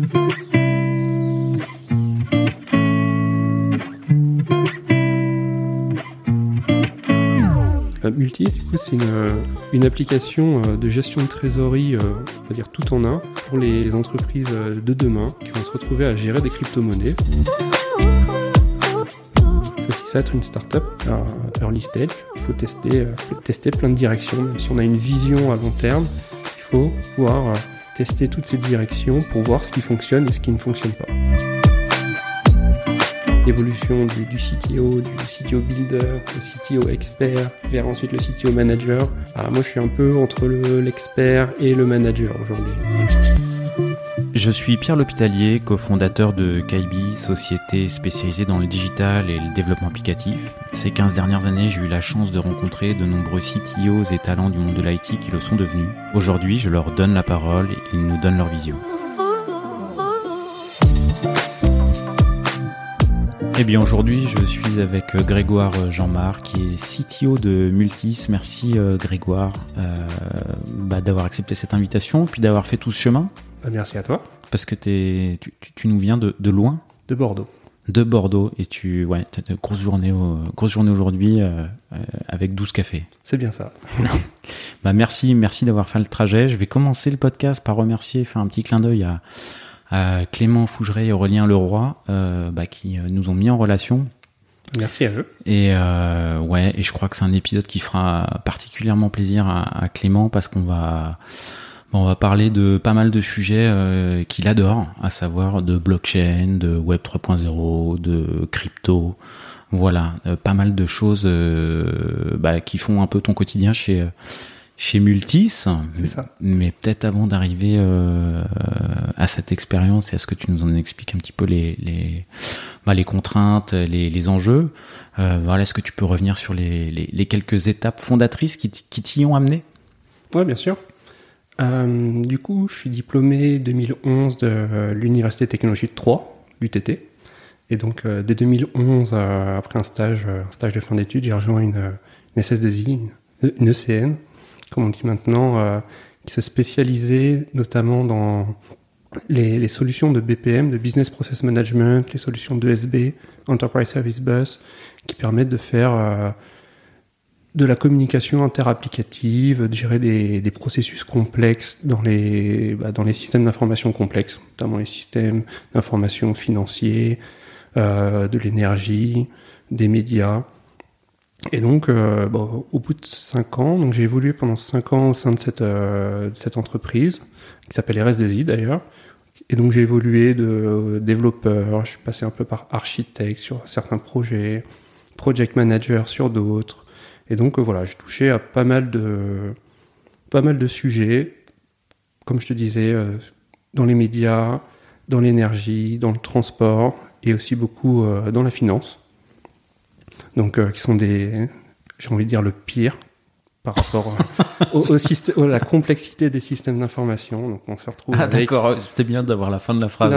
Multis, du coup, c'est une application de gestion de trésorerie, on va dire tout en un, pour les entreprises de demain qui vont se retrouver à gérer des crypto-monnaies. Ça va être une start-up early stage. Il faut tester plein de directions. Même si on a une vision à long terme, il faut pouvoir tester toutes ces directions pour voir ce qui fonctionne et ce qui ne fonctionne pas. L'évolution du CTO, du CTO builder, le CTO expert, vers ensuite le CTO manager. Moi, je suis un peu entre l'expert et le manager aujourd'hui. Je suis Pierre L'Hôpitalier, cofondateur de Kaibi, société spécialisée dans le digital et le développement applicatif. Ces 15 dernières années, j'ai eu la chance de rencontrer de nombreux CTOs et talents du monde de l'IT qui le sont devenus. Aujourd'hui, je leur donne la parole et ils nous donnent leur vision. Eh bien aujourd'hui, je suis avec Grégoire Jean-Marc, qui est CTO de Multis. Merci Grégoire d'avoir accepté cette invitation, puis d'avoir fait tout ce chemin. Merci à toi. Parce que tu nous viens de loin. De Bordeaux. De Bordeaux, et t'as une grosse journée aujourd'hui avec 12 cafés. C'est bien ça. Merci d'avoir fait le trajet. Je vais commencer le podcast par remercier, faire un petit clin d'œil à Clément Fougeret et Aurélien Leroy qui nous ont mis en relation. Merci à eux. Et je crois que c'est un épisode qui fera particulièrement plaisir à Clément parce qu'on va parler de pas mal de sujets qu'il adore, à savoir de blockchain, de Web 3.0, de crypto. Voilà, pas mal de choses qui font un peu ton quotidien chez Multis. C'est ça. Mais peut-être avant d'arriver à cette expérience et à ce que tu nous en expliques un petit peu les contraintes, les enjeux, est-ce que tu peux revenir sur les quelques étapes fondatrices qui t'y ont amené ? Oui, bien sûr. Du coup, je suis diplômé 2011 de l'Université Technologie de Troyes, l'UTT. Et donc, dès 2011, après un stage de fin d'études, j'ai rejoint une SS2I, une ECN, comme on dit maintenant, qui se spécialisait notamment dans les solutions de BPM, de Business Process Management, les solutions d'ESB, Enterprise Service Bus, qui permettent de faire de la communication interapplicative, de gérer des processus complexes dans les systèmes d'information complexes, notamment les systèmes d'information financiers, de l'énergie, des médias. Et donc, au bout de 5 ans, donc j'ai évolué pendant 5 ans au sein de cette entreprise, qui s'appelle RS2I d'ailleurs. Et donc j'ai évolué de développeur, je suis passé un peu par architecte sur certains projets, project manager sur d'autres. Et donc j'ai touché à pas mal de sujets, comme je te disais, dans les médias, dans l'énergie, dans le transport, et aussi beaucoup dans la finance. Donc qui sont j'ai envie de dire le pire par rapport à la complexité des systèmes d'information. Donc on se retrouve d'accord, c'était bien d'avoir la fin de la phrase.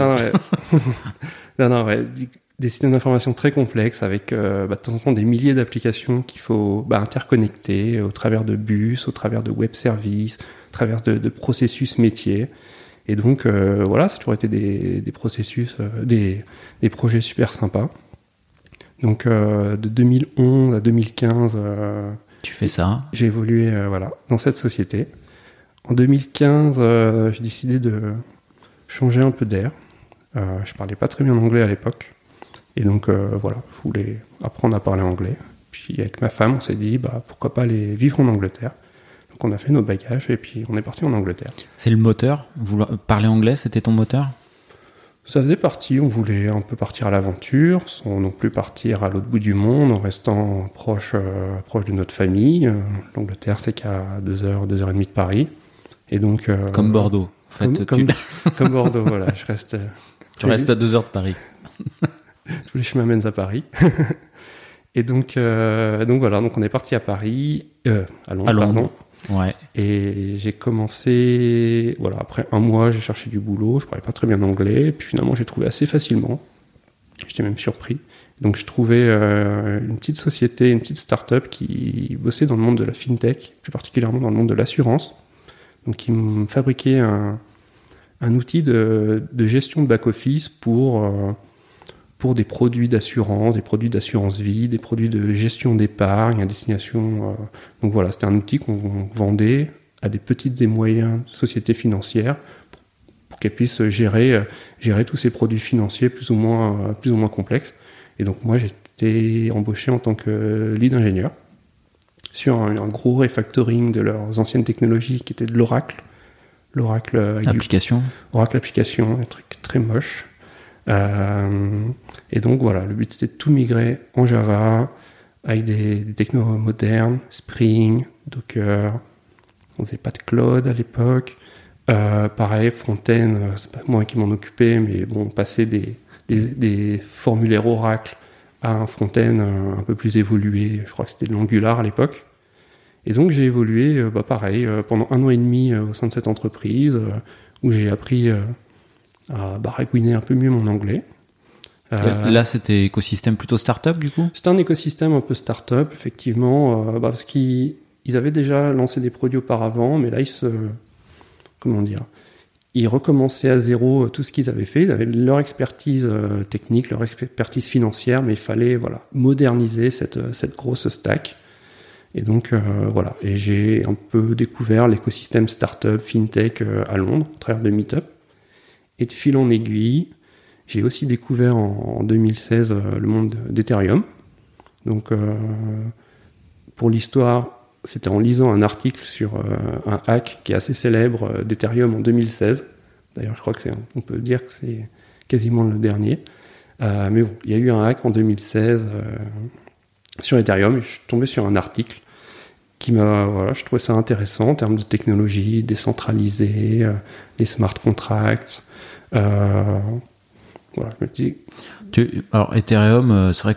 Des systèmes d'information très complexes avec de temps en temps des milliers d'applications qu'il faut interconnecter au travers de bus, au travers de web services, au travers de processus métiers. Et donc ça a toujours été des processus, des projets super sympas. Donc de 2011 à 2015, tu fais ça. J'ai évolué dans cette société. En 2015, j'ai décidé de changer un peu d'air. Je parlais pas très bien anglais à l'époque. Et donc je voulais apprendre à parler anglais. Puis avec ma femme, on s'est dit pourquoi pas aller vivre en Angleterre. Donc on a fait nos bagages et puis on est parti en Angleterre. C'est le moteur ? Parler anglais, c'était ton moteur ? Ça faisait partie, on voulait un peu partir à l'aventure, sans non plus partir à l'autre bout du monde, en restant proche de notre famille. L'Angleterre, c'est qu'à 2h30 de Paris. Et donc, comme Bordeaux. En fait, comme Bordeaux, voilà. Tu restes à 2 heures de Paris. Tous les chemins mènent à Paris. Et donc on est parti à Paris, à Londres, pardon. Ouais. Et j'ai commencé, après 1 mois, j'ai cherché du boulot, je parlais pas très bien anglais, et puis finalement j'ai trouvé assez facilement. J'étais même surpris. Donc je trouvais une petite société, une petite start-up qui bossait dans le monde de la fintech, plus particulièrement dans le monde de l'assurance. Donc ils me fabriquaient un outil de gestion de back-office pour des produits d'assurance vie, des produits de gestion d'épargne à destination. Donc voilà, c'était un outil qu'on vendait à des petites et moyennes sociétés financières pour qu'elles puissent gérer tous ces produits financiers plus ou moins complexes. Et donc moi, j'étais embauché en tant que lead ingénieur sur un gros refactoring de leurs anciennes technologies qui étaient de l'Oracle. L'Oracle application. Oracle application, un truc très moche. Et donc voilà, le but c'était de tout migrer en Java avec des technos modernes, Spring, Docker. On faisait pas de cloud à l'époque. Pareil, front-end, c'est pas moi qui m'en occupais, mais bon, passer des formulaires Oracle à un front-end un peu plus évolué. Je crois que c'était de l'Angular à l'époque. Et donc j'ai évolué, pareil, pendant 1 an et demi au sein de cette entreprise, où j'ai appris à baragouiner un peu mieux mon anglais. Là, c'était écosystème plutôt start-up, du coup ? C'était un écosystème un peu start-up, effectivement, parce qu'ils avaient déjà lancé des produits auparavant, mais là, ils recommençaient à zéro tout ce qu'ils avaient fait. Ils avaient leur expertise technique, leur expertise financière, mais il fallait moderniser cette grosse stack. Et donc, voilà. Et j'ai un peu découvert l'écosystème startup, fintech à Londres, au travers de Meetup. Et de fil en aiguille, j'ai aussi découvert en 2016 le monde d'Ethereum. Donc, pour l'histoire, c'était en lisant un article sur un hack qui est assez célèbre d'Ethereum en 2016. D'ailleurs, je crois on peut dire que c'est quasiment le dernier. Mais bon, il y a eu un hack en 2016 sur Ethereum et je suis tombé sur un article qui je trouvais ça intéressant en termes de technologie, décentralisée, les smart contracts. Voilà, je me dis. Alors Ethereum, c'est vrai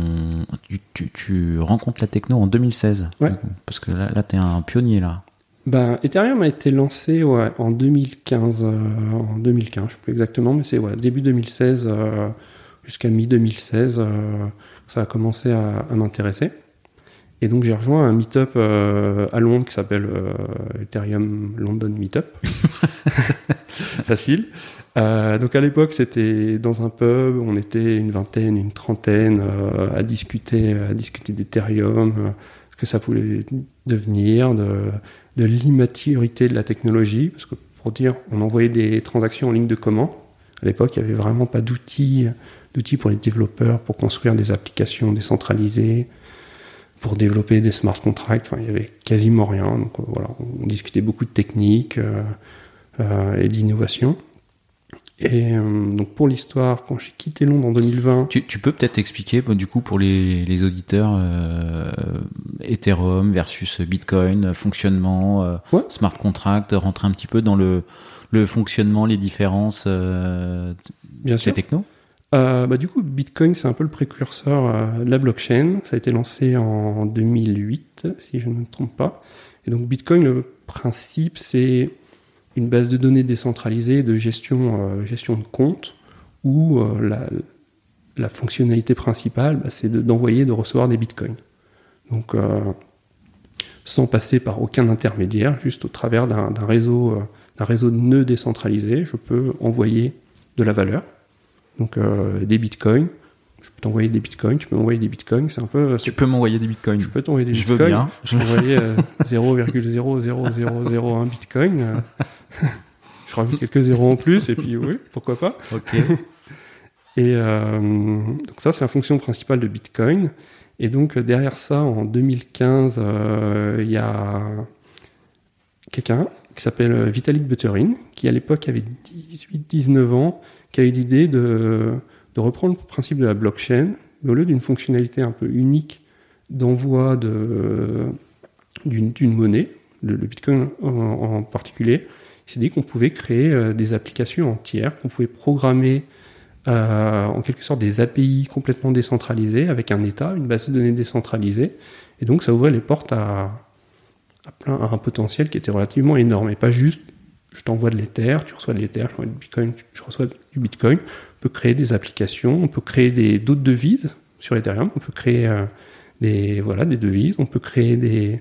tu rencontres la techno en 2016. Ouais. Parce que là, t'es un pionnier là. Ethereum a été lancé en 2015. En 2015, je ne sais plus exactement, mais c'est début 2016 jusqu'à mi-2016, ça a commencé à m'intéresser. Et donc j'ai rejoint un meet-up à Londres qui s'appelle Ethereum London Meetup. Facile. Donc à l'époque c'était dans un pub, on était une vingtaine, une trentaine à discuter d'Ethereum, ce que ça pouvait devenir, de l'immaturité de la technologie, parce que pour dire, on envoyait des transactions en ligne de commande. À l'époque, il n'y avait vraiment pas d'outils pour les développeurs pour construire des applications décentralisées, pour développer des smart contracts. Enfin, il n'y avait quasiment rien. Donc voilà, on discutait beaucoup de techniques et d'innovation. Et donc pour l'histoire, quand j'ai quitté Londres en 2020... Tu peux peut-être expliquer, du coup, pour les auditeurs, Ethereum versus Bitcoin, fonctionnement, smart contract, rentrer un petit peu dans le fonctionnement, les différences Bien sûr. des technos. Du coup, Bitcoin, c'est un peu le précurseur de la blockchain. Ça a été lancé en 2008, si je ne me trompe pas. Et donc Bitcoin, le principe, c'est une base de données décentralisée de gestion de compte où la fonctionnalité principale, c'est d'envoyer, de recevoir des bitcoins. Donc, sans passer par aucun intermédiaire, juste au travers d'un réseau de nœuds décentralisés, je peux envoyer de la valeur. Donc, des bitcoins. Je peux t'envoyer des bitcoins, tu peux m'envoyer des bitcoins. Tu peux m'envoyer des bitcoins. Je peux t'envoyer des bitcoins. Je veux bien. Je peux envoyer 0,00001 bitcoin. Je rajoute quelques zéros en plus, et puis oui, pourquoi pas. Ok. Et donc ça, c'est la fonction principale de Bitcoin. Et donc derrière ça, en 2015, il y a quelqu'un qui s'appelle Vitalik Buterin, qui à l'époque avait 18-19 ans, qui a eu l'idée de reprendre le principe de la blockchain, mais au lieu d'une fonctionnalité un peu unique d'envoi d'une monnaie, le Bitcoin en particulier, il s'est dit qu'on pouvait créer des applications entières, qu'on pouvait programmer en quelque sorte des API complètement décentralisées avec un état, une base de données décentralisée. Et donc ça ouvrait les portes à un potentiel qui était relativement énorme. Et pas juste, je t'envoie de l'Ether, tu reçois de l'Ether, je t'envoie du Bitcoin, je reçois du Bitcoin. On peut créer des applications, on peut créer d'autres devises sur Ethereum, on peut créer des devises, on peut créer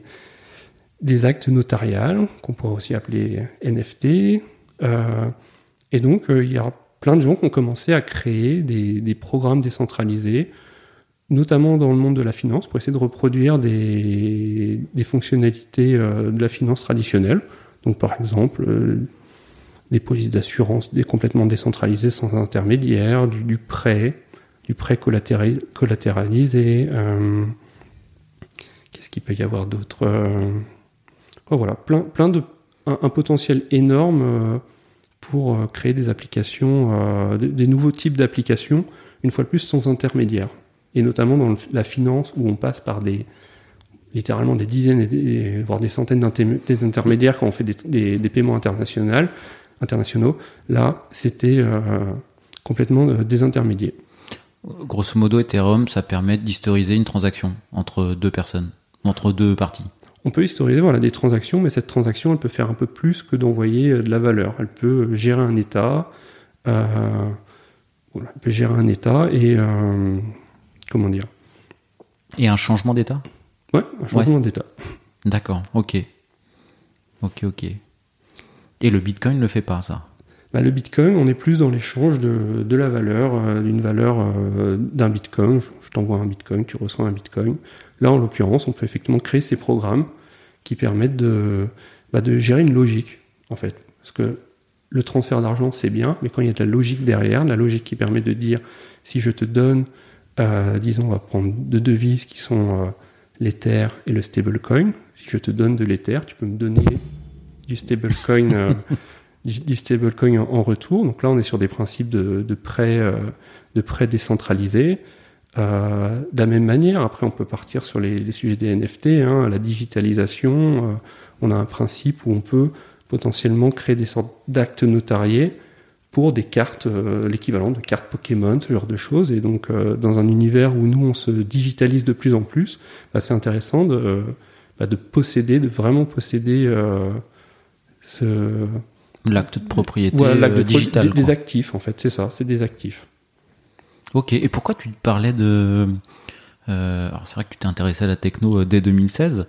des actes notariales, qu'on pourrait aussi appeler NFT. Et donc, il y a plein de gens qui ont commencé à créer des programmes décentralisés, notamment dans le monde de la finance, pour essayer de reproduire des fonctionnalités de la finance traditionnelle. Donc, par exemple, des polices d'assurance complètement décentralisées sans intermédiaire, du prêt collatéralisé. Qu'est-ce qu'il peut y avoir d'autre voilà, un potentiel énorme pour créer des applications, des nouveaux types d'applications, une fois de plus sans intermédiaire. Et notamment dans la finance, où on passe par littéralement des dizaines, voire des centaines d'intermédiaires quand on fait des paiements internationaux. Là, c'était complètement désintermédié. Grosso modo, Ethereum, ça permet d'historiser une transaction entre deux personnes, entre deux parties. On peut historiser des transactions, mais cette transaction, elle peut faire un peu plus que d'envoyer de la valeur. Elle peut gérer un état, et comment dire ? Et un changement d'état ? Ouais, un changement d'état. D'accord, ok. Et le Bitcoin ne le fait pas, ça ? Le Bitcoin, on est plus dans l'échange de la valeur, d'une valeur d'un Bitcoin. Je t'envoie un Bitcoin, tu reçois un Bitcoin. Là, en l'occurrence, on peut effectivement créer ces programmes qui permettent de gérer une logique, en fait. Parce que le transfert d'argent, c'est bien, mais quand il y a de la logique derrière, la logique qui permet de dire, si je te donne, disons, on va prendre deux devises qui sont l'Ether et le stablecoin. Si je te donne de l'Ether, tu peux me donner du stablecoin du stablecoin en retour. Donc là, on est sur des principes de prêt décentralisés. De la même manière, après, on peut partir sur les sujets des NFT, la digitalisation. On a un principe où on peut potentiellement créer des sortes d'actes notariés pour des cartes, l'équivalent de cartes Pokémon, ce genre de choses. Et donc, dans un univers où nous, on se digitalise de plus en plus, c'est intéressant de vraiment posséder l'acte de propriété digital. Des actifs, en fait, c'est ça, c'est des actifs. Ok, et pourquoi tu parlais de... alors c'est vrai que tu t'es intéressé à la techno dès 2016.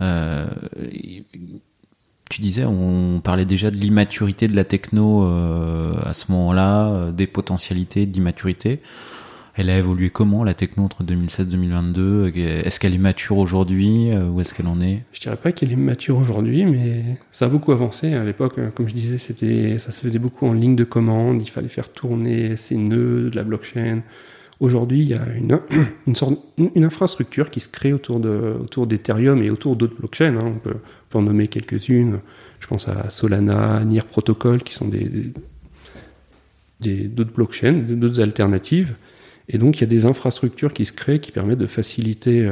Tu disais, on parlait déjà de l'immaturité de la techno à ce moment-là, des potentialités d'immaturité. Elle a évolué comment, la techno, entre 2016 et 2022 ? Est-ce qu'elle est mature aujourd'hui ? Où est-ce qu'elle en est ? Je dirais pas qu'elle est mature aujourd'hui, mais ça a beaucoup avancé. À l'époque, comme je disais, ça se faisait beaucoup en ligne de commande. Il fallait faire tourner ces nœuds de la blockchain. Aujourd'hui, il y a une infrastructure qui se crée autour d'Ethereum et autour d'autres blockchains. On peut en nommer quelques-unes. Je pense à Solana, Near Protocol, qui sont d'autres blockchains, d'autres alternatives. Et donc, il y a des infrastructures qui se créent qui permettent de faciliter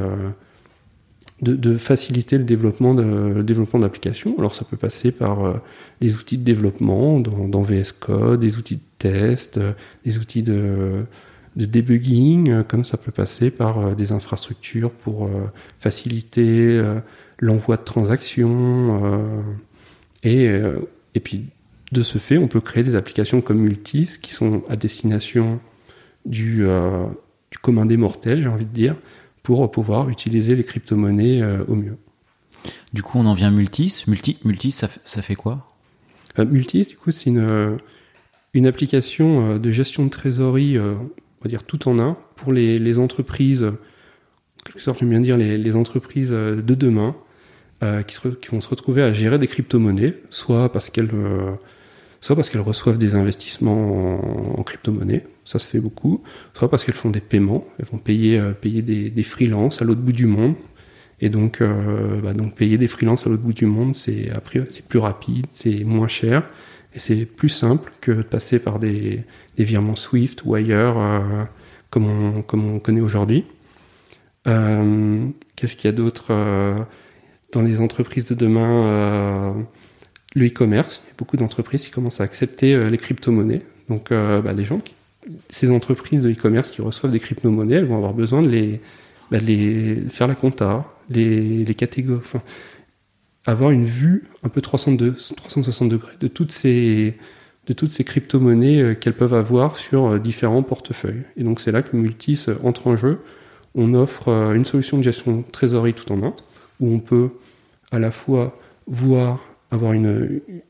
le développement d'applications. Alors, ça peut passer par des outils de développement dans VS Code, des outils de test, des outils de debugging, comme ça peut passer par des infrastructures pour faciliter l'envoi de transactions. Et puis, de ce fait, on peut créer des applications comme Multis qui sont à destination du commun des mortels, j'ai envie de dire, pour pouvoir utiliser les crypto-monnaies au mieux. Du coup, on en vient à Multis. Multis, ça fait quoi ? Multis, du coup, c'est une application de gestion de trésorerie, on va dire tout en un, pour les entreprises, en quelque sorte, j'aime bien dire les entreprises de demain, qui vont se retrouver à gérer des crypto-monnaies, soit parce qu'elles reçoivent des investissements en crypto-monnaie, ça se fait beaucoup, soit parce qu'elles font des paiements, elles vont payer des freelances à l'autre bout du monde, et donc payer des freelances à l'autre bout du monde, c'est plus rapide, c'est moins cher, et c'est plus simple que de passer par des virements Swift ou ailleurs, comme on connaît aujourd'hui. Qu'est-ce qu'il y a d'autre dans les entreprises de demain? Le e-commerce, il y a beaucoup d'entreprises qui commencent à accepter les crypto-monnaies. Donc, ces entreprises de e-commerce qui reçoivent des crypto-monnaies, elles vont avoir besoin de faire la compta, les catégories, avoir une vue un peu 360 degrés de toutes ces crypto-monnaies qu'elles peuvent avoir sur différents portefeuilles. Et donc, c'est là que Multis entre en jeu. On offre une solution de gestion de trésorerie tout en un, où on peut à la fois avoir une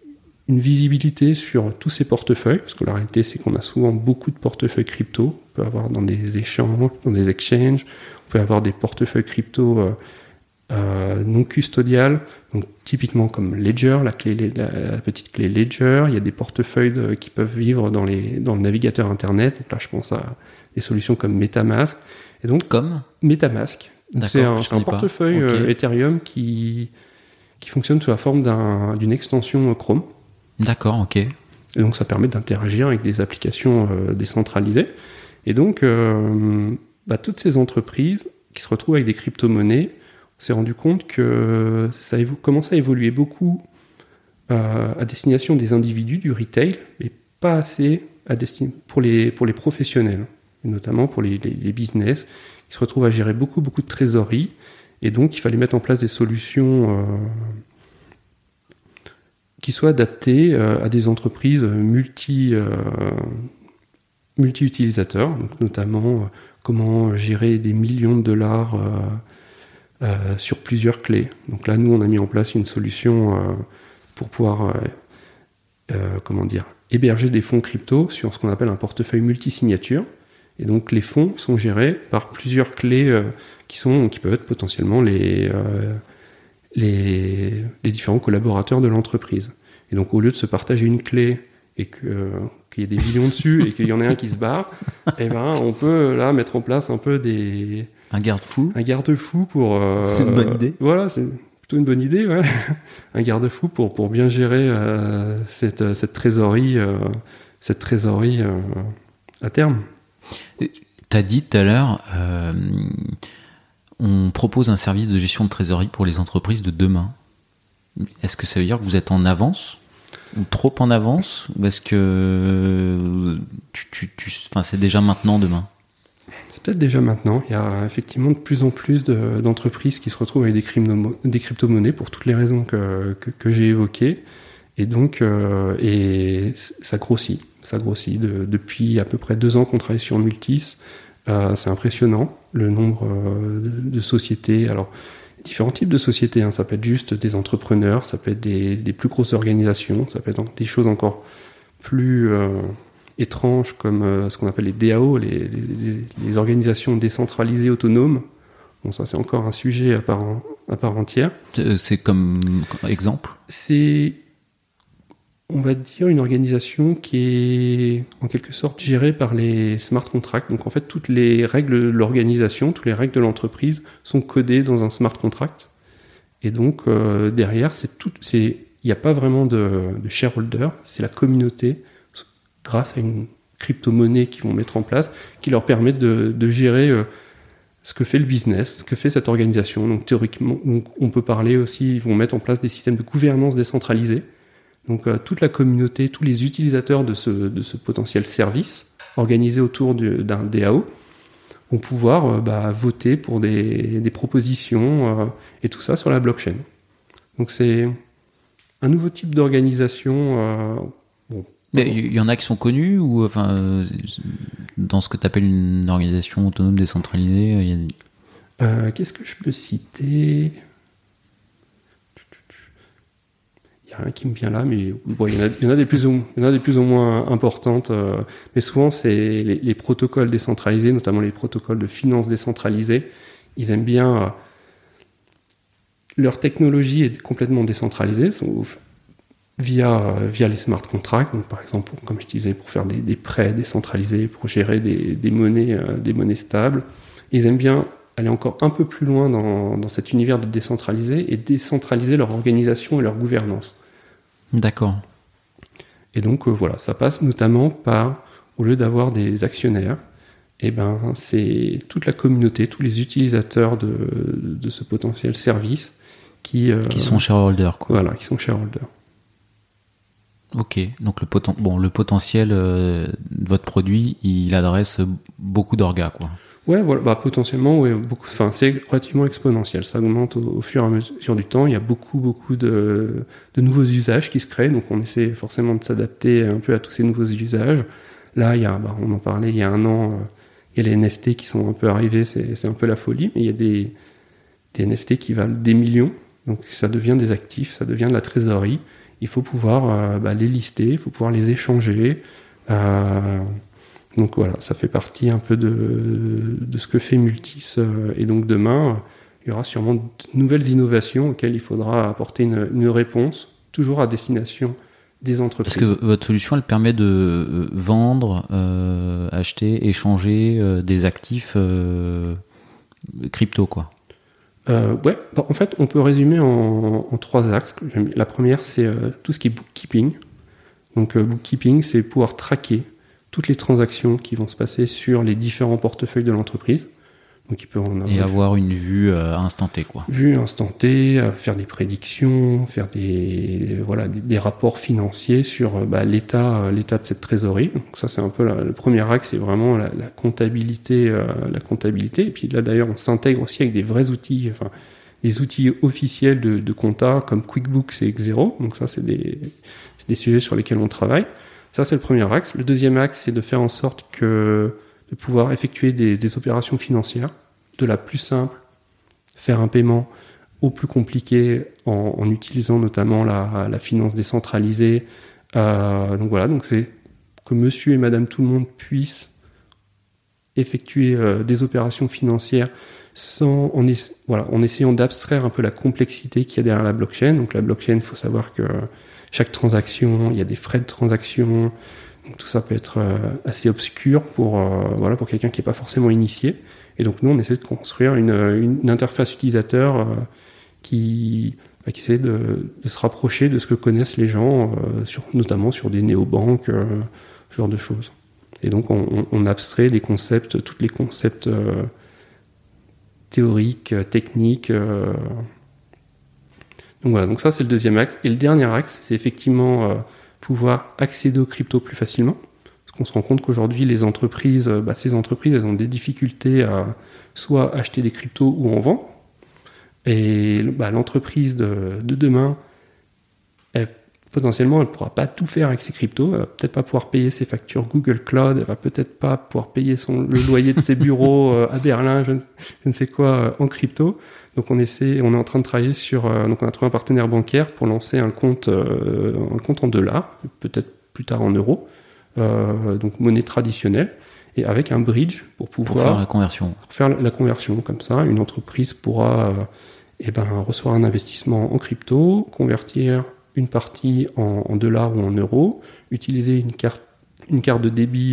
une visibilité sur tous ces portefeuilles, parce que la réalité c'est qu'on a souvent beaucoup de portefeuilles crypto. On peut avoir dans des échanges, dans des exchanges, on peut avoir des portefeuilles crypto non custodiales, donc typiquement comme Ledger, la petite clé Ledger. Il y a des portefeuilles qui peuvent vivre dans le navigateur internet. Donc là, je pense à des solutions comme MetaMask. Et donc, comme MetaMask. Donc c'est un portefeuille Okay. Ethereum qui fonctionne sous la forme d'une extension Chrome. D'accord, ok. Et donc ça permet d'interagir avec des applications décentralisées. Et donc, toutes ces entreprises qui se retrouvent avec des crypto-monnaies, on s'est rendu compte que ça commençait à évoluer beaucoup à destination des individus, du retail, mais pas assez pour les professionnels, et notamment pour les business, qui se retrouvent à gérer beaucoup de trésorerie. Et donc, il fallait mettre en place des solutions qui soient adaptées à des entreprises multi-utilisateurs, donc notamment comment gérer des millions de dollars sur plusieurs clés. Donc là, nous, on a mis en place une solution pour pouvoir héberger des fonds crypto sur ce qu'on appelle un portefeuille multisignature. Et donc, les fonds sont gérés par plusieurs clés qui peuvent être potentiellement les différents collaborateurs de l'entreprise. Et donc, au lieu de se partager une clé et qu'il y ait des millions dessus et qu'il y en ait un qui se barre, on peut là mettre en place un peu un garde-fou. Un garde-fou pour. C'est une bonne idée. Voilà, c'est plutôt une bonne idée, ouais. Un garde-fou pour bien gérer cette trésorerie à terme. T'as dit tout à l'heure, on propose un service de gestion de trésorerie pour les entreprises de demain. Est-ce que ça veut dire que vous êtes en avance ou trop en avance, ou est-ce que c'est déjà maintenant, demain? C'est peut-être déjà maintenant. Il y a effectivement de plus en plus d'entreprises qui se retrouvent avec des crypto-monnaies pour toutes les raisons que j'ai évoquées. Et donc, ça grossit. Depuis à peu près 2 ans qu'on travaille sur Multis. C'est impressionnant, le nombre de sociétés. Alors, différents types de sociétés. Ça peut être juste des entrepreneurs, ça peut être des plus grosses organisations, ça peut être des choses encore plus étranges comme ce qu'on appelle les DAO, les organisations décentralisées autonomes. Bon, ça c'est encore un sujet à part entière. C'est comme exemple ? C'est, on va dire, une organisation qui est en quelque sorte gérée par les smart contracts. Donc en fait, toutes les règles de l'organisation, toutes les règles de l'entreprise sont codées dans un smart contract. Et donc derrière, il n'y a pas vraiment de shareholder, c'est la communauté, grâce à une crypto-monnaie qu'ils vont mettre en place, qui leur permet de gérer ce que fait le business, ce que fait cette organisation. Donc théoriquement, on peut parler aussi, ils vont mettre en place des systèmes de gouvernance décentralisés. Donc toute la communauté, tous les utilisateurs de ce potentiel service, organisé autour d'un DAO, vont pouvoir voter pour des propositions et tout ça sur la blockchain. Donc c'est un nouveau type d'organisation. Mais il y en a qui sont connus ou dans ce que tu appelles une organisation autonome décentralisée, qu'est-ce que je peux citer ? Il n'y a rien qui me vient là, mais bon, il y en a des plus ou moins importantes. Mais souvent, c'est les protocoles décentralisés, notamment les protocoles de finance décentralisés. Ils aiment bien... leur technologie est complètement décentralisée, via les smart contracts. Donc, par exemple, comme je disais, pour faire des prêts décentralisés, pour gérer des monnaies stables. Ils aiment bien aller encore un peu plus loin dans cet univers de décentralisé et décentraliser leur organisation et leur gouvernance. D'accord. Et donc voilà, ça passe notamment par, au lieu d'avoir des actionnaires, c'est toute la communauté, tous les utilisateurs de ce potentiel service qui sont shareholders, quoi. Voilà, qui sont shareholders. Ok, donc le potentiel de votre produit, il adresse beaucoup d'orgas, quoi. Ouais, voilà, potentiellement, ouais, c'est relativement exponentiel. Ça augmente au fur et à mesure du temps. Il y a beaucoup de nouveaux usages qui se créent, donc on essaie forcément de s'adapter un peu à tous ces nouveaux usages. Là, on en parlait il y a 1 an, il y a les NFT qui sont un peu arrivés, c'est un peu la folie, mais il y a des NFT qui valent des millions, donc ça devient des actifs, ça devient de la trésorerie. il faut pouvoir les lister, il faut pouvoir les échanger. Donc voilà, ça fait partie un peu de ce que fait Multis. Et donc demain, il y aura sûrement de nouvelles innovations auxquelles il faudra apporter une réponse, toujours à destination des entreprises. Parce que votre solution, elle permet de vendre, acheter, échanger des actifs crypto, quoi. En fait, on peut résumer en 3 axes. La première, c'est tout ce qui est bookkeeping. Donc, bookkeeping, c'est pouvoir traquer toutes les transactions qui vont se passer sur les différents portefeuilles de l'entreprise. Donc, il peut en avoir avoir une vue instantée, quoi. Vue instantée, faire des prédictions, faire des rapports financiers sur l'état de cette trésorerie. Donc ça, c'est un peu le premier axe, c'est vraiment la comptabilité, Et puis là, d'ailleurs, on s'intègre aussi avec des vrais outils, des outils officiels de compta comme QuickBooks et Xero. Donc ça, c'est des sujets sur lesquels on travaille. Ça, c'est le premier axe. Le deuxième axe, c'est de faire en sorte de pouvoir effectuer des opérations financières, de la plus simple, faire un paiement, au plus compliqué, en utilisant notamment la finance décentralisée. Donc c'est que monsieur et madame tout le monde puissent effectuer des opérations financières en essayant d'abstraire un peu la complexité qu'il y a derrière la blockchain. Donc la blockchain, il faut savoir que chaque transaction, il y a des frais de transaction. Donc tout ça peut être assez obscur pour quelqu'un qui n'est pas forcément initié. Et donc nous, on essaie de construire une interface utilisateur qui essaie de se rapprocher de ce que connaissent les gens, notamment sur des néobanques, ce genre de choses. Et donc on abstrait les concepts, tous les concepts théoriques, techniques. Donc voilà, donc ça c'est le deuxième axe. Et le dernier axe, c'est effectivement pouvoir accéder aux cryptos plus facilement. Parce qu'on se rend compte qu'aujourd'hui, ces entreprises, elles ont des difficultés à soit acheter des cryptos ou en vendre. Et l'entreprise de demain, potentiellement, elle ne pourra pas tout faire avec ses cryptos. Elle va peut-être pas pouvoir payer ses factures Google Cloud. Elle va peut-être pas pouvoir payer le loyer de ses bureaux à Berlin, je ne sais quoi, en crypto. Donc on est en train de travailler donc on a trouvé un partenaire bancaire pour lancer un compte en dollars, peut-être plus tard en euros, donc monnaie traditionnelle, et avec un bridge pour faire la conversion. Pour faire la conversion, comme ça, une entreprise pourra recevoir un investissement en crypto, convertir une partie en dollars ou en euros, utiliser une carte de débit,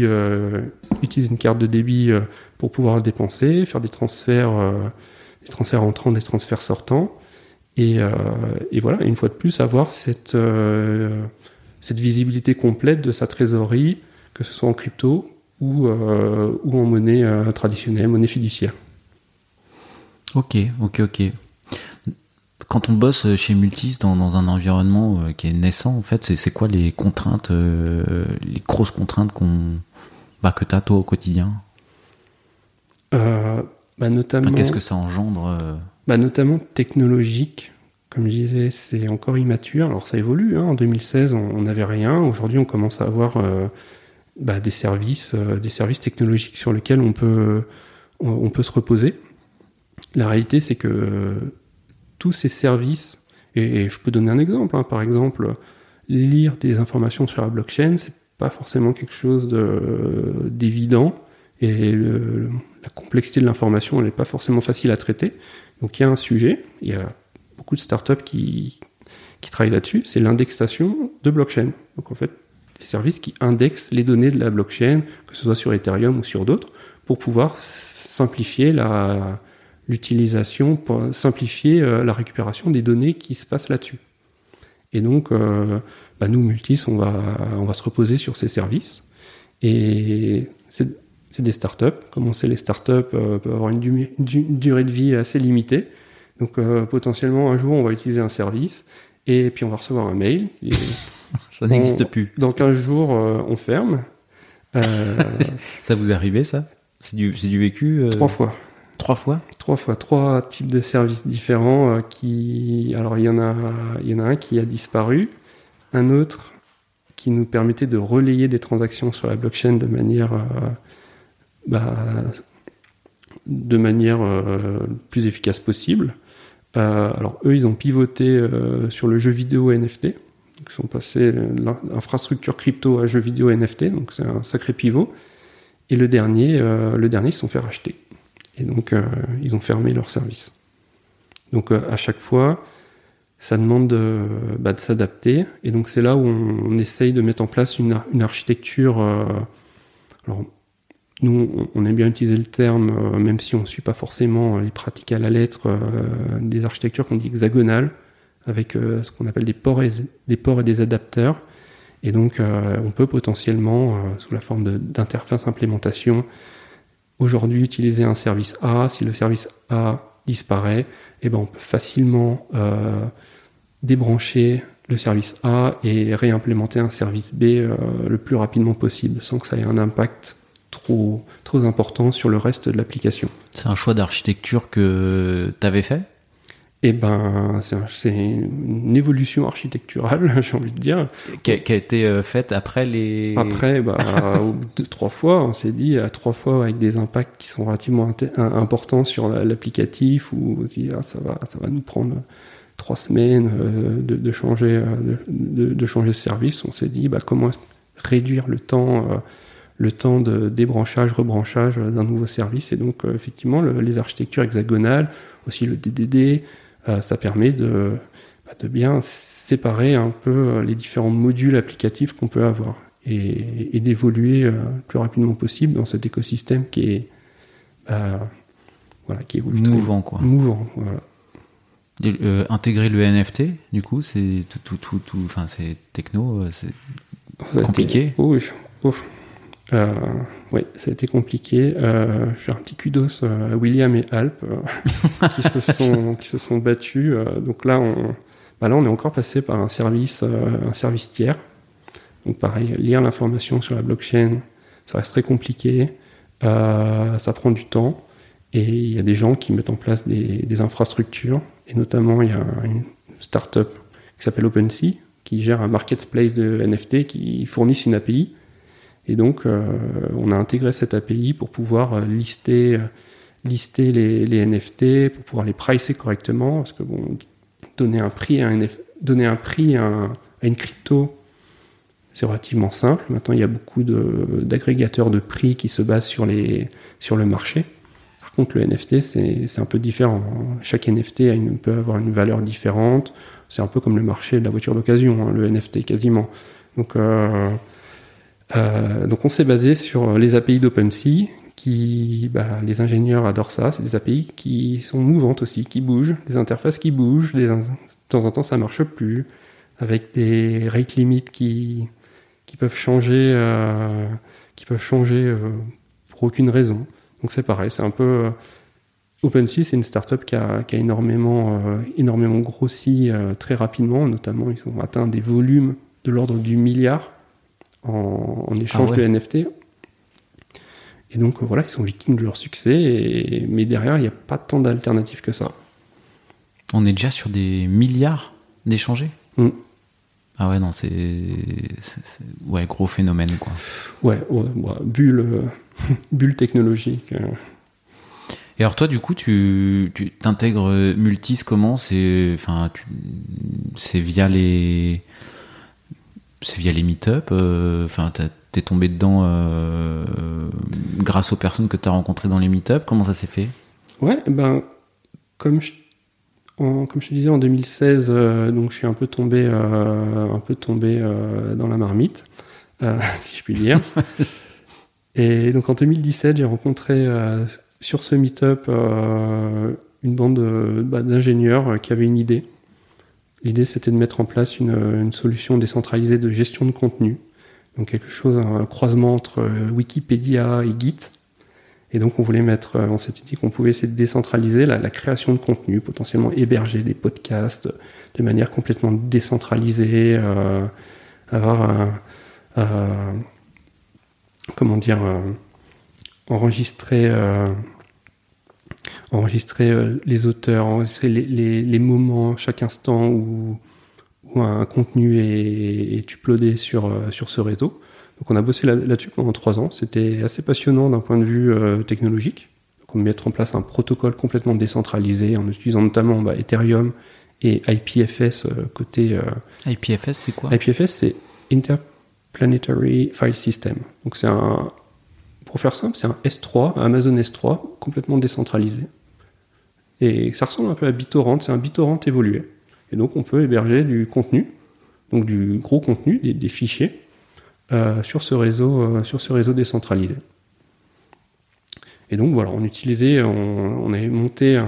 pour pouvoir dépenser, faire des transferts entrants, des transferts sortants, et voilà, une fois de plus, avoir cette visibilité complète de sa trésorerie, que ce soit en crypto ou en monnaie traditionnelle, monnaie fiduciaire. Ok. Quand on bosse chez Multis dans un environnement qui est naissant, en fait, c'est quoi les contraintes, les grosses contraintes que tu as toi au quotidien ? Notamment, qu'est-ce que ça engendre notamment technologique. Comme je disais, c'est encore immature. Alors ça évolue. En 2016, on n'avait rien. Aujourd'hui, on commence à avoir des services technologiques sur lesquels on peut se reposer. La réalité, c'est que tous ces services, et je peux donner un exemple, par exemple, lire des informations sur la blockchain, c'est pas forcément quelque chose d'évident, et la complexité de l'information, elle n'est pas forcément facile à traiter. Donc il y a un sujet, il y a beaucoup de startups qui travaillent là-dessus, c'est l'indexation de blockchain. Donc en fait, des services qui indexent les données de la blockchain, que ce soit sur Ethereum ou sur d'autres, pour pouvoir simplifier l'utilisation, pour simplifier la récupération des données qui se passent là-dessus. Et donc, nous, Multis, on va se reposer sur ces services. Et c'est des startups. Comme on sait, les startups peuvent avoir une durée de vie assez limitée. Donc, potentiellement, un jour, on va utiliser un service et puis on va recevoir un mail. Et ça n'existe plus. Dans 15 jours, on ferme. Ça vous est arrivé, ça ? C'est du vécu 3 fois. 3 fois ? 3 fois. 3 types de services différents Alors, il y en a un qui a disparu, un autre qui nous permettait de relayer des transactions sur la blockchain de manière plus efficace possible. Alors, eux, ils ont pivoté sur le jeu vidéo NFT. Donc, ils sont passés de l'infrastructure crypto à jeux vidéo NFT, donc c'est un sacré pivot. Et le dernier, ils se sont fait racheter. Et donc, ils ont fermé leur service. Donc, à chaque fois, ça demande de s'adapter. Et donc, c'est là où on essaye de mettre en place une architecture. Alors, nous, on aime bien utiliser le terme, même si on ne suit pas forcément les pratiques à la lettre, des architectures qu'on dit hexagonales, avec ce qu'on appelle des ports et des adapteurs. Et donc, on peut potentiellement, sous la forme d'interface implémentation, aujourd'hui utiliser un service A. Si le service A disparaît, eh ben, on peut facilement débrancher le service A et réimplémenter un service B le plus rapidement possible, sans que ça ait un impact trop important sur le reste de l'application. C'est un choix d'architecture que tu avais fait ? Eh ben, c'est une évolution architecturale, j'ai envie de dire. Qui a été faite après les... Après, au bout de 3 fois, on s'est dit, à 3 fois avec des impacts qui sont relativement importants sur l'applicatif, où on se dit, ça va nous prendre 3 semaines de changer ce service. On s'est dit, comment réduire le temps de débranchage, rebranchage d'un nouveau service. Et donc, effectivement, les architectures hexagonales, aussi le DDD, ça permet de bien séparer un peu les différents modules applicatifs qu'on peut avoir et d'évoluer le plus rapidement possible dans cet écosystème qui est mouvant, quoi. Mouvant, voilà. Intégrer le NFT, du coup, c'est enfin, c'est techno, c'est compliqué. Oui, ça a été compliqué. Je fais un petit kudos à William et Alp qui se sont battus. Donc là, on est encore passé par un service tiers. Donc pareil, lire l'information sur la blockchain, ça reste très compliqué. Ça prend du temps. Et il y a des gens qui mettent en place des infrastructures. Et notamment, il y a une start-up qui s'appelle OpenSea, qui gère un marketplace de NFT qui fournissent une API. Et donc, on a intégré cette API pour pouvoir lister les NFT, pour pouvoir les pricer correctement. Parce que donner un prix à une crypto, c'est relativement simple. Maintenant, il y a beaucoup d'agrégateurs de prix qui se basent sur le marché. Par contre, le NFT, c'est un peu différent. Chaque NFT peut avoir une valeur différente. C'est un peu comme le marché de la voiture d'occasion, le NFT quasiment. Donc on s'est basé sur les API d'OpenSea, les ingénieurs adorent ça. C'est des API qui sont mouvantes aussi, qui bougent, des interfaces qui bougent. De temps en temps, ça marche plus, avec des rate limits qui peuvent changer, pour aucune raison. Donc c'est pareil, c'est un peu OpenSea, c'est une startup qui a énormément grossi très rapidement. Notamment, ils ont atteint des volumes de l'ordre du milliard en échange de NFT. Et donc voilà, ils sont victimes de leur succès, mais derrière, il n'y a pas tant d'alternatives que ça. On est déjà sur des milliards d'échangés. Ah ouais, non, c'est gros phénomène, quoi. Bulle technologique. Et alors toi, du coup, tu t'intègres Multis comment ? C'est via les meet-up. T'es tombé dedans grâce aux personnes que t'as rencontrées dans les meet-up. Comment ça s'est fait ? Ouais, comme je te disais en 2016, donc je suis un peu tombé dans la marmite, si je puis dire. Et donc en 2017, j'ai rencontré sur ce meet-up une bande d'ingénieurs qui avaient une idée. L'idée, c'était de mettre en place une solution décentralisée de gestion de contenu. Donc quelque chose, un croisement entre Wikipédia et Git. Et donc on s'était dit qu'on pouvait essayer de décentraliser la création de contenu, potentiellement héberger des podcasts de manière complètement décentralisée, avoir enregistrer les auteurs, enregistrer les moments, chaque instant où un contenu est uploadé sur ce réseau. Donc on a bossé là-dessus pendant 3 ans. C'était assez passionnant d'un point de vue technologique. Donc on met en place un protocole complètement décentralisé en utilisant notamment Ethereum et IPFS côté... IPFS, c'est quoi? IPFS, c'est Interplanetary File System. Donc pour faire simple, c'est un S3, Amazon S3, complètement décentralisé. Et ça ressemble un peu à BitTorrent, c'est un BitTorrent évolué. Et donc on peut héberger du contenu, donc du gros contenu, des fichiers, sur ce réseau décentralisé. Et donc voilà, on avait monté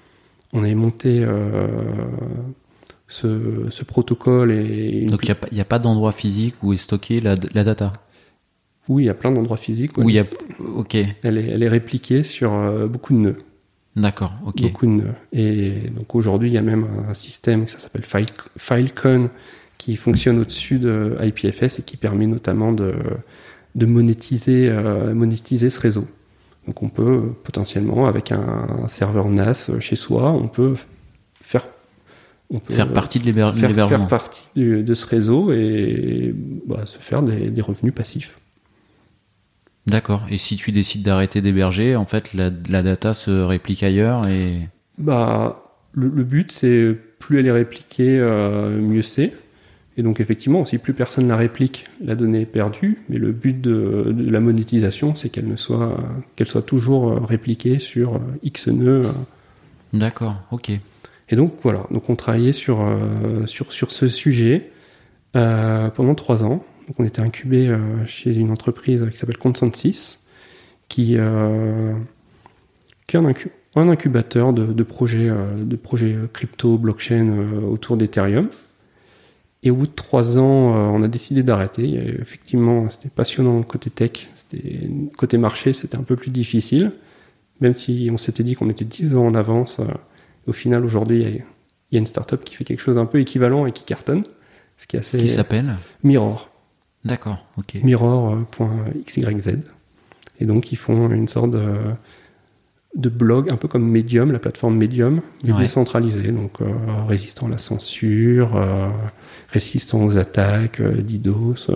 ce protocole. Donc il n'y a pas d'endroit physique où est stockée la data? Oui, il y a plein d'endroits physiques où Ok. elle est répliquée sur beaucoup de nœuds. D'accord, ok. Beaucoup de nœuds. Et donc aujourd'hui, il y a même un système qui s'appelle Filecoin qui fonctionne au-dessus de IPFS et qui permet notamment de monétiser ce réseau. Donc on peut potentiellement, avec un serveur NAS chez soi, on peut faire partie de l'hébergement. Faire partie de ce réseau et se faire des revenus passifs. D'accord. Et si tu décides d'arrêter d'héberger, en fait, la data se réplique ailleurs et... Le but, c'est plus elle est répliquée, mieux c'est. Et donc, effectivement, si plus personne la réplique, la donnée est perdue. Mais le but de la monétisation, c'est qu'elle soit toujours répliquée sur X nœuds. D'accord, ok. Et donc, voilà. Donc, on travaillait sur ce sujet pendant 3 ans. Donc on était incubé chez une entreprise qui s'appelle Consensus, qui est un incubateur de projets crypto, blockchain autour d'Ethereum. Et au bout de 3 ans, on a décidé d'arrêter. Effectivement, c'était passionnant côté tech. Côté marché, c'était un peu plus difficile. Même si on s'était dit qu'on était 10 ans en avance. Au final, aujourd'hui, il y a une startup qui fait quelque chose un peu équivalent et qui cartonne. Ce qui est assez... Qui s'appelle Mirror. D'accord, ok. Mirror.xyz. Et donc, ils font une sorte de blog, un peu comme Medium, la plateforme Medium, mais décentralisée. Donc, résistant à la censure, résistant aux attaques d'IDOS,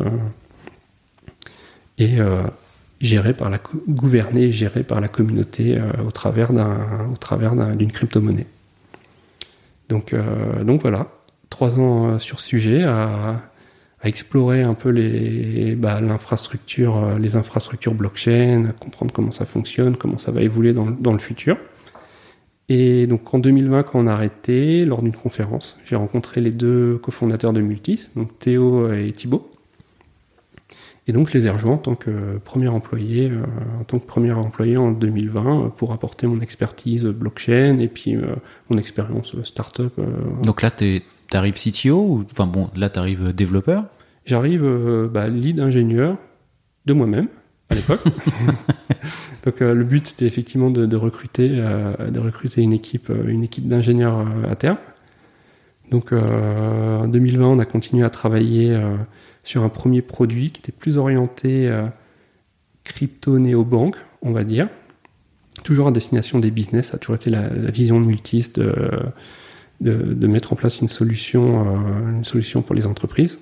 et gouverné et géré par la communauté au travers d'une crypto-monnaie. Donc voilà, 3 ans sur ce sujet à explorer un peu les infrastructures blockchain, comprendre comment ça fonctionne, comment ça va évoluer dans le futur. Et donc en 2020, quand on a arrêté, lors d'une conférence, j'ai rencontré les 2 cofondateurs de Multis, donc Théo et Thibaut. Et donc je les ai rejoints en tant que premier employé en 2020 pour apporter mon expertise blockchain et puis mon expérience startup. Donc là, t'arrives CTO là t'arrives développeur? J'arrive lead ingénieur de moi-même à l'époque. Donc le but c'était effectivement de recruter une équipe d'ingénieurs à terme. Donc en 2020 on a continué à travailler sur un premier produit qui était plus orienté crypto néobanque, on va dire. Toujours à destination des business, ça a toujours été la vision de Multis de mettre en place une solution pour les entreprises.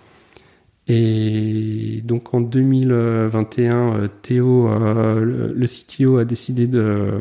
Et donc en 2021, Théo, le CTO, a décidé de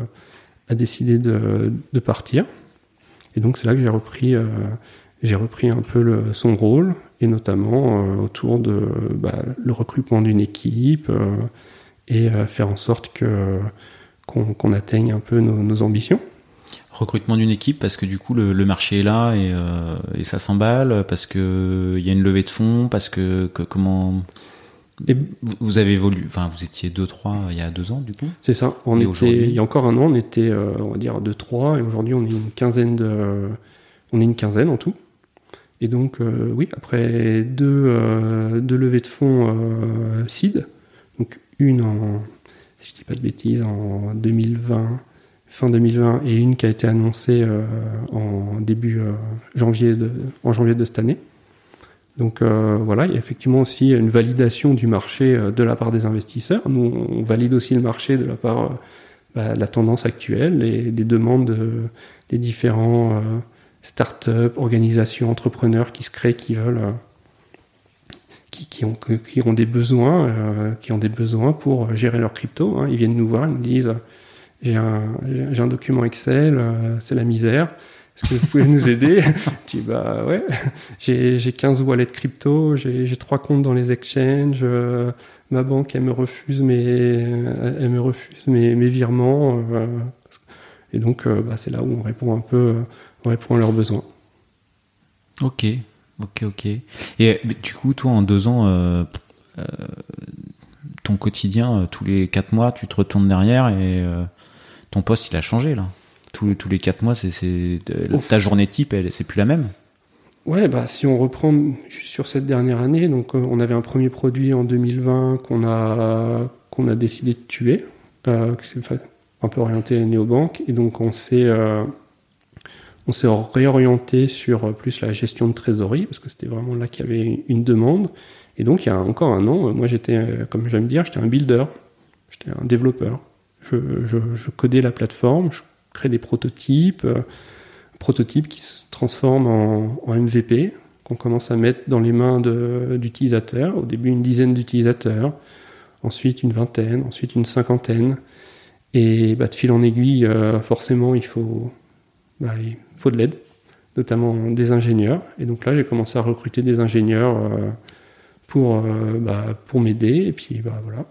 partir. Et donc c'est là que j'ai repris un peu son rôle, et notamment autour de le recrutement d'une équipe et faire en sorte qu'on atteigne un peu nos ambitions. Recrutement d'une équipe parce que du coup le marché est là et ça s'emballe, parce que il y a une levée de fonds, parce que comment vous avez évolué, vous étiez 2-3 il y a 2 ans du coup. C'est ça. Il y a encore un an on était on va dire 2-3 et aujourd'hui on est une quinzaine en tout. Et donc oui, après 2 levées de fonds seed, donc une si je dis pas de bêtises en 2020. Fin 2020 et une qui a été annoncée en janvier de cette année. Donc voilà, il y a effectivement aussi une validation du marché de la part des investisseurs. Nous, on valide aussi le marché de la part de la tendance actuelle et des demandes des différents startups, organisations, entrepreneurs qui se créent, qui veulent, qui ont des besoins pour gérer leur crypto. Ils viennent nous voir, ils nous disent j'ai un document Excel, c'est la misère. est-ce que vous pouvez nous aider? Je dis, bah ouais, j'ai 15 wallets crypto, j'ai 3 comptes dans les exchanges, ma banque, elle me refuse mes virements, et donc, c'est là où on répond à leurs besoins. Ok. Et du coup, toi, en 2 ans, ton quotidien, tous les 4 mois, tu te retournes derrière et ton poste, il a changé là. Tous les 4 mois, ta journée type, c'est plus la même. Ouais, si on reprend sur cette dernière année, donc on avait un premier produit en 2020 qu'on a décidé de tuer, qui s'est un peu orienté néobanque, et donc on s'est réorienté sur plus la gestion de trésorerie, parce que c'était vraiment là qu'il y avait une demande. Et donc il y a encore un an, moi j'étais, comme j'aime dire, j'étais un builder, j'étais un développeur. Je codais la plateforme, je crée des prototypes qui se transforment en MVP, qu'on commence à mettre dans les mains d'utilisateurs. Au début, une dizaine d'utilisateurs, ensuite une vingtaine, ensuite une cinquantaine. Et de fil en aiguille, forcément, il faut de l'aide, notamment des ingénieurs. Et donc là, j'ai commencé à recruter des ingénieurs pour m'aider. Et puis, voilà.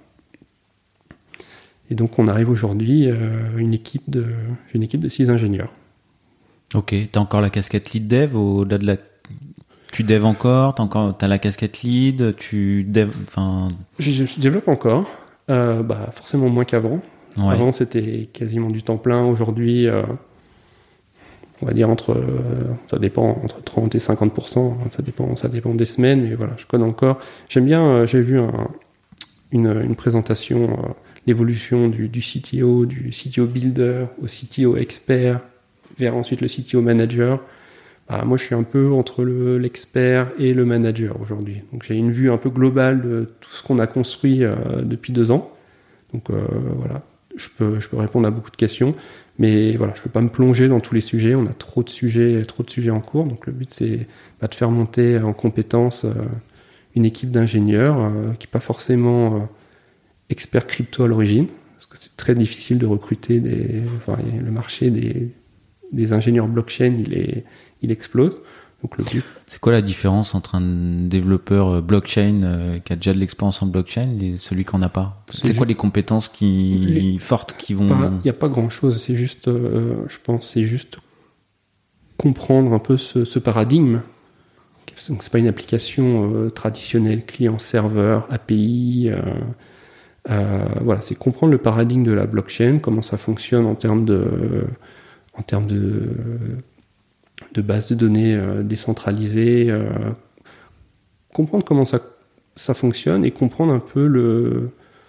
Et donc, on arrive aujourd'hui j'ai une équipe de 6 ingénieurs. Ok, t'as encore la casquette lead dev au-delà de tu dev encore, t'as la casquette lead, tu dev, enfin. Je développe encore, forcément moins qu'avant. Ouais. Avant c'était quasiment du temps plein. Aujourd'hui, on va dire ça dépend entre 30 et 50%. Ça dépend des semaines. Mais voilà, je code encore. J'aime bien. J'ai vu une présentation, l'évolution du CTO builder au CTO expert, vers ensuite le CTO manager. Moi, je suis un peu entre l'expert et le manager aujourd'hui. Donc, j'ai une vue un peu globale de tout ce qu'on a construit depuis 2 ans. Donc, voilà, je peux répondre à beaucoup de questions, mais voilà, je peux pas me plonger dans tous les sujets. On a trop de sujets en cours. Donc, le but, c'est de faire monter en compétences une équipe d'ingénieurs qui n'est pas forcément expert crypto à l'origine, parce que c'est très difficile de recruter le marché des ingénieurs blockchain, il explose. Donc le but. C'est quoi la différence entre un développeur blockchain qui a déjà de l'expérience en blockchain et celui qui n'en a pas? C'est quoi les compétences fortes qui vont... Il n'y a pas grand-chose, c'est juste, je pense, c'est juste comprendre un peu ce paradigme. Donc, c'est pas une application traditionnelle, client-serveur, API. Voilà, c'est comprendre le paradigme de la blockchain, comment ça fonctionne en termes de base de données décentralisées, comprendre comment ça fonctionne et comprendre un peu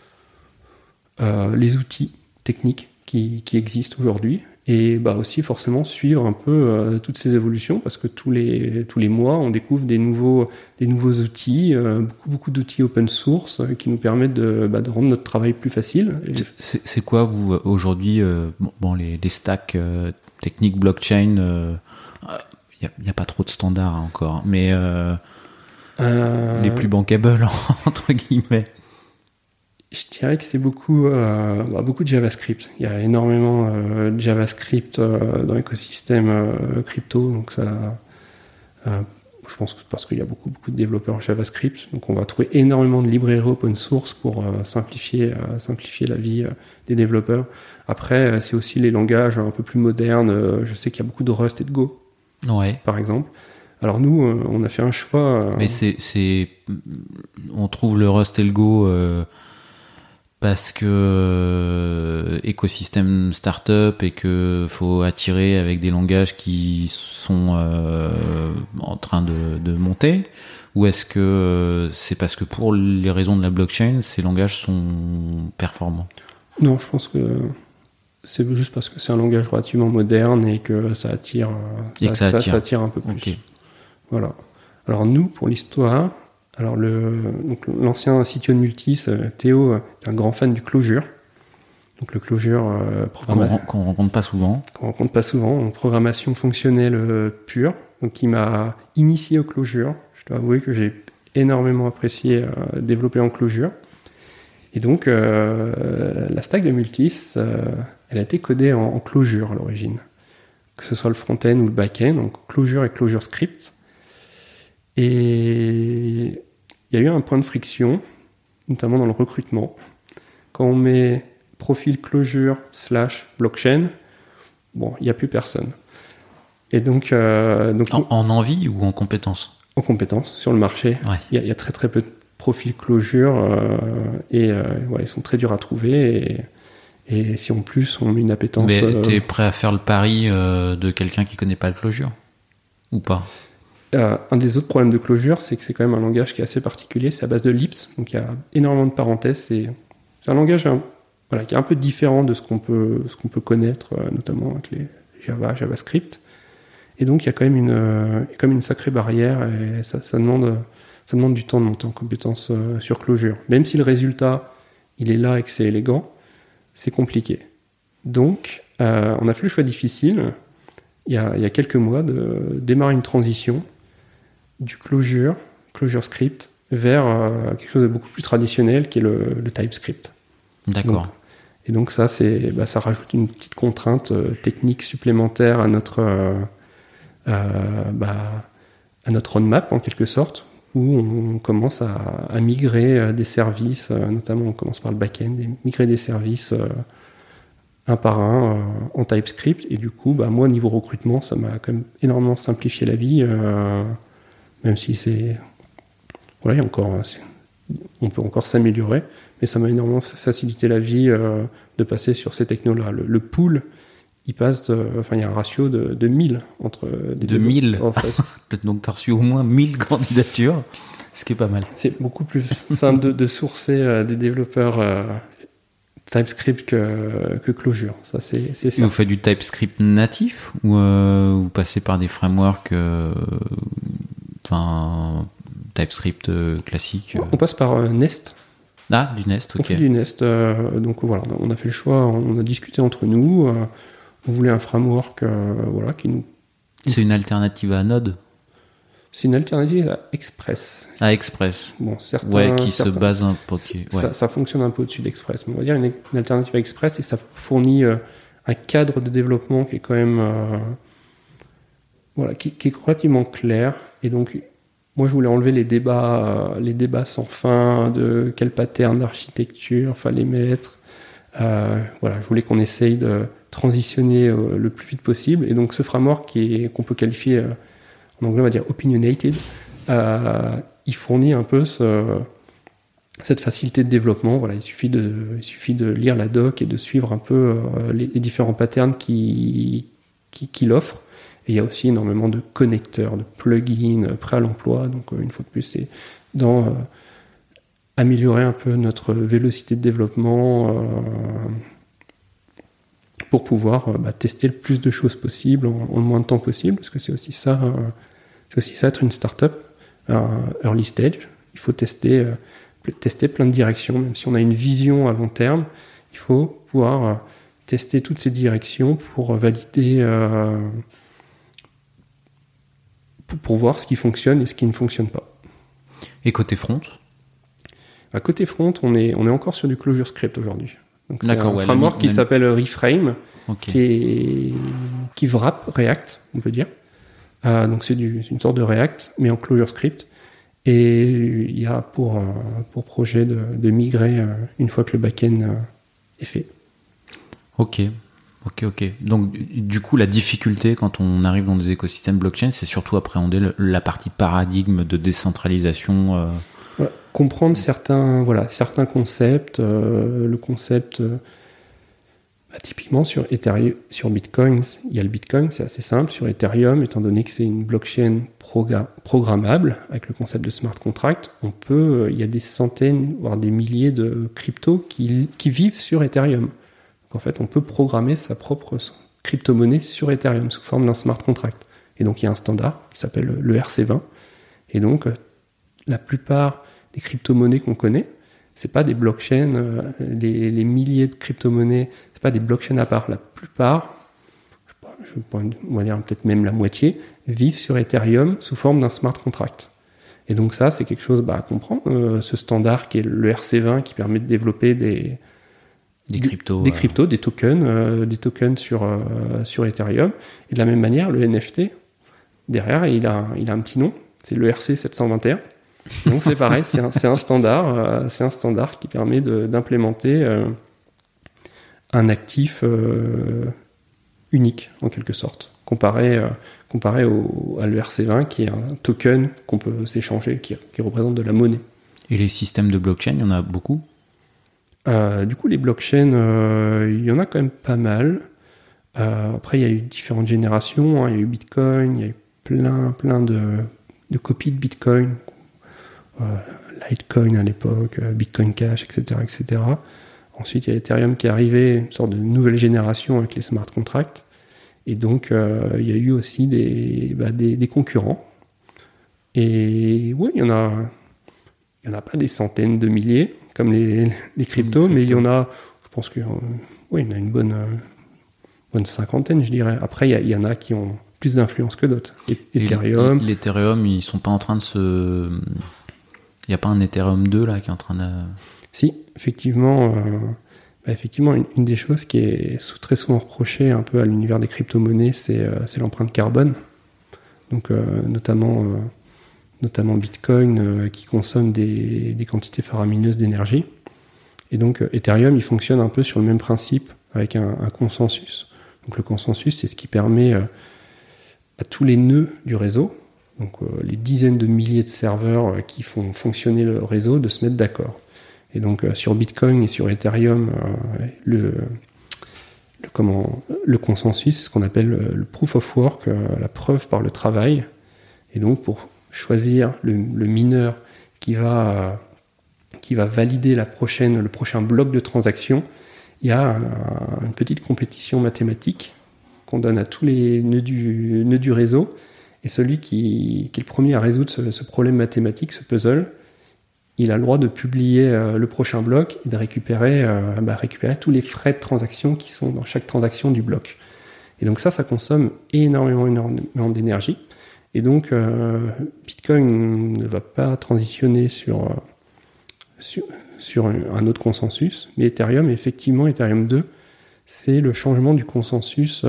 les outils techniques qui existent aujourd'hui, et aussi forcément suivre un peu toutes ces évolutions, parce que tous les mois on découvre des nouveaux outils, beaucoup d'outils open source qui nous permettent de rendre notre travail plus facile. C'est quoi vous aujourd'hui les stacks techniques blockchain? Il n'y a pas trop de standards encore, mais les plus bankables entre guillemets. Je dirais que c'est beaucoup de JavaScript. Il y a énormément de JavaScript dans l'écosystème crypto, donc ça, je pense que parce qu'il y a beaucoup de développeurs JavaScript, donc on va trouver énormément de librairies open source pour simplifier la vie des développeurs. Après, c'est aussi les langages un peu plus modernes. Je sais qu'il y a beaucoup de Rust et de Go, par exemple. Alors nous, on a fait un choix. Mais on trouve le Rust et le Go parce que écosystème startup et que faut attirer avec des langages qui sont en train de monter, ou est-ce que c'est parce que pour les raisons de la blockchain, ces langages sont performants? Non, je pense que c'est juste parce que c'est un langage relativement moderne et que ça attire, ça attire un peu plus. Okay. Voilà. Alors nous, pour l'histoire, l'ancien CTO de Multis, Théo, est un grand fan du Clojure. Donc le Clojure qu'on rencontre pas souvent. En programmation fonctionnelle pure. Donc il m'a initié au Clojure. Je dois avouer que j'ai énormément apprécié développer en Clojure. Et donc la stack de Multis, elle a été codée en Clojure à l'origine. que ce soit le front-end ou le back-end, donc Clojure et Clojure Script. Et il y a eu un point de friction, notamment dans le recrutement. Quand on met profil Clojure / blockchain, bon, il n'y a plus personne. Et donc en envie ou en compétence? En compétence sur le marché. Ouais. Il y a très très peu de profils Clojure et ils sont très durs à trouver. Et si en plus on met une appétence... Mais t'es prêt à faire le pari de quelqu'un qui connaît pas le Clojure? Ou pas? Un des autres problèmes de Clojure, c'est que c'est quand même un langage qui est assez particulier. C'est à base de lips, donc il y a énormément de parenthèses. C'est un langage qui est un peu différent de ce qu'on peut connaître, notamment avec les JavaScript. Et donc il y a quand même une sacrée barrière et ça demande du temps de monter en compétence sur Clojure. Même si le résultat il est là et que c'est élégant, c'est compliqué. Donc on a fait le choix difficile il y a quelques mois de démarrer une transition du Clojure Script vers quelque chose de beaucoup plus traditionnel qui est le TypeScript. D'accord. Donc ça ça rajoute une petite contrainte technique supplémentaire à notre roadmap en quelque sorte, où on commence à migrer des services, notamment on commence par le back-end, et migrer des services un par un en TypeScript. Et du coup, moi, niveau recrutement, ça m'a quand même énormément simplifié la vie, même si c'est... Voilà, on peut encore s'améliorer, mais ça m'a énormément facilité la vie de passer sur ces technos-là. Le pool, il passe il y a un ratio de 1000 entre... De 1000 en fait. Donc tu as reçu au moins 1000 candidatures, ce qui est pas mal. C'est beaucoup plus simple de sourcer des développeurs TypeScript que Clojure. Ça, c'est ça. Et vous faites du TypeScript natif ou vous passez par des frameworks TypeScript classique On passe par Nest. Ah, du Nest, ok. On fait du Nest. Donc voilà, on a fait le choix, on a discuté entre nous. On voulait un framework qui nous... C'est une alternative à Node? C'est une alternative à Express. À Express. Bon, certains se base un peu. Ça fonctionne un peu au-dessus d'Express. Mais on va dire une alternative à Express, et ça fournit un cadre de développement qui est quand même qui est relativement clair. Et donc, moi, je voulais enlever les débats sans fin de quel pattern d'architecture fallait mettre. Je voulais qu'on essaye de transitionner le plus vite possible. Et donc, ce framework qu'on peut qualifier en anglais, on va dire opinionated, il fournit un peu cette facilité de développement. Voilà, il suffit de lire la doc et de suivre un peu les différents patterns qu'il offre. Et il y a aussi énormément de connecteurs, de plugins prêts à l'emploi. Donc, une fois de plus, c'est dans améliorer un peu notre vélocité de développement pour pouvoir tester le plus de choses possible en le moins de temps possible, parce que c'est aussi ça être une startup early stage. Il faut tester plein de directions, même si on a une vision à long terme. Il faut pouvoir tester toutes ces directions pour valider, pour voir ce qui fonctionne et ce qui ne fonctionne pas. Et côté front? À côté front, on est encore sur du Clojure Script aujourd'hui. Donc c'est D'accord, un framework qui s'appelle Reframe, okay. qui wrap React, on peut dire. Donc c'est une sorte de React, mais en Clojure Script. Et il y a pour projet de migrer une fois que le back-end est fait. Ok. Donc du coup, la difficulté quand on arrive dans des écosystèmes blockchain, c'est surtout appréhender la partie paradigme de décentralisation. Comprendre certains concepts. Le concept, typiquement sur Ethereum, sur Bitcoin, il y a le Bitcoin, c'est assez simple. Sur Ethereum, étant donné que c'est une blockchain programmable avec le concept de smart contract, il y a des centaines, voire des milliers de cryptos qui vivent sur Ethereum. Donc en fait, on peut programmer sa propre crypto-monnaie sur Ethereum sous forme d'un smart contract. Et donc il y a un standard qui s'appelle le RC20. Et donc la plupart des crypto-monnaies qu'on connaît, c'est pas des blockchains, les milliers de crypto-monnaies, c'est pas des blockchains à part. La plupart, on va dire peut-être même la moitié, vivent sur Ethereum sous forme d'un smart contract. Et donc ça, c'est quelque chose à comprendre, ce standard qui est le RC20 qui permet de développer Des cryptos. Des tokens sur Ethereum. Et de la même manière, le NFT, derrière, il a un petit nom, c'est le RC721. Donc c'est pareil, c'est un standard qui permet d'implémenter un actif unique, en quelque sorte, comparé à l'ERC20, qui est un token qu'on peut s'échanger, qui représente de la monnaie. Et les systèmes de blockchain, il y en a beaucoup? Du coup, les blockchains, il y en a quand même pas mal. Après, il y a eu différentes générations, hein. Il y a eu Bitcoin, il y a eu plein de copies de Bitcoin, Litecoin à l'époque, Bitcoin Cash, etc., etc. Ensuite, il y a Ethereum qui est arrivé, une sorte de nouvelle génération avec les smart contracts. Et donc, il y a eu aussi des concurrents. Et oui, il y en a pas des centaines de milliers, comme les cryptos, mais il y en a, je pense qu'il y en a une bonne cinquantaine, je dirais. Après, il y en a qui ont plus d'influence que d'autres. Ethereum. L'Ethereum, ils sont pas en train de se... Il n'y a pas un Ethereum 2 là qui est en train de... Si, effectivement, une des choses qui est très souvent reprochée un peu à l'univers des crypto-monnaies, c'est l'empreinte carbone. Donc, notamment Bitcoin qui consomme des quantités faramineuses d'énergie. Et donc, Ethereum, il fonctionne un peu sur le même principe avec un consensus. Donc, le consensus, c'est ce qui permet à tous les nœuds du réseau, donc les dizaines de milliers de serveurs qui font fonctionner le réseau, de se mettre d'accord. Et donc sur Bitcoin et sur Ethereum, le consensus, c'est ce qu'on appelle le proof of work, la preuve par le travail. Et donc pour choisir le mineur qui va valider le prochain bloc de transaction, il y a une petite compétition mathématique qu'on donne à tous les nœuds du réseau. Et celui qui est le premier à résoudre ce problème mathématique, ce puzzle, il a le droit de publier le prochain bloc et de récupérer tous les frais de transaction qui sont dans chaque transaction du bloc. Et donc ça consomme énormément d'énergie. Et donc Bitcoin ne va pas transitionner sur un autre consensus, mais Ethereum, effectivement, Ethereum 2, c'est le changement du consensus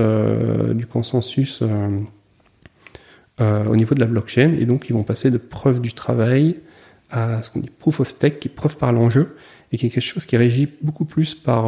au niveau de la blockchain, et donc ils vont passer de preuve du travail à ce qu'on dit proof of stake, qui est preuve par l'enjeu, et qui est quelque chose qui est régi beaucoup plus par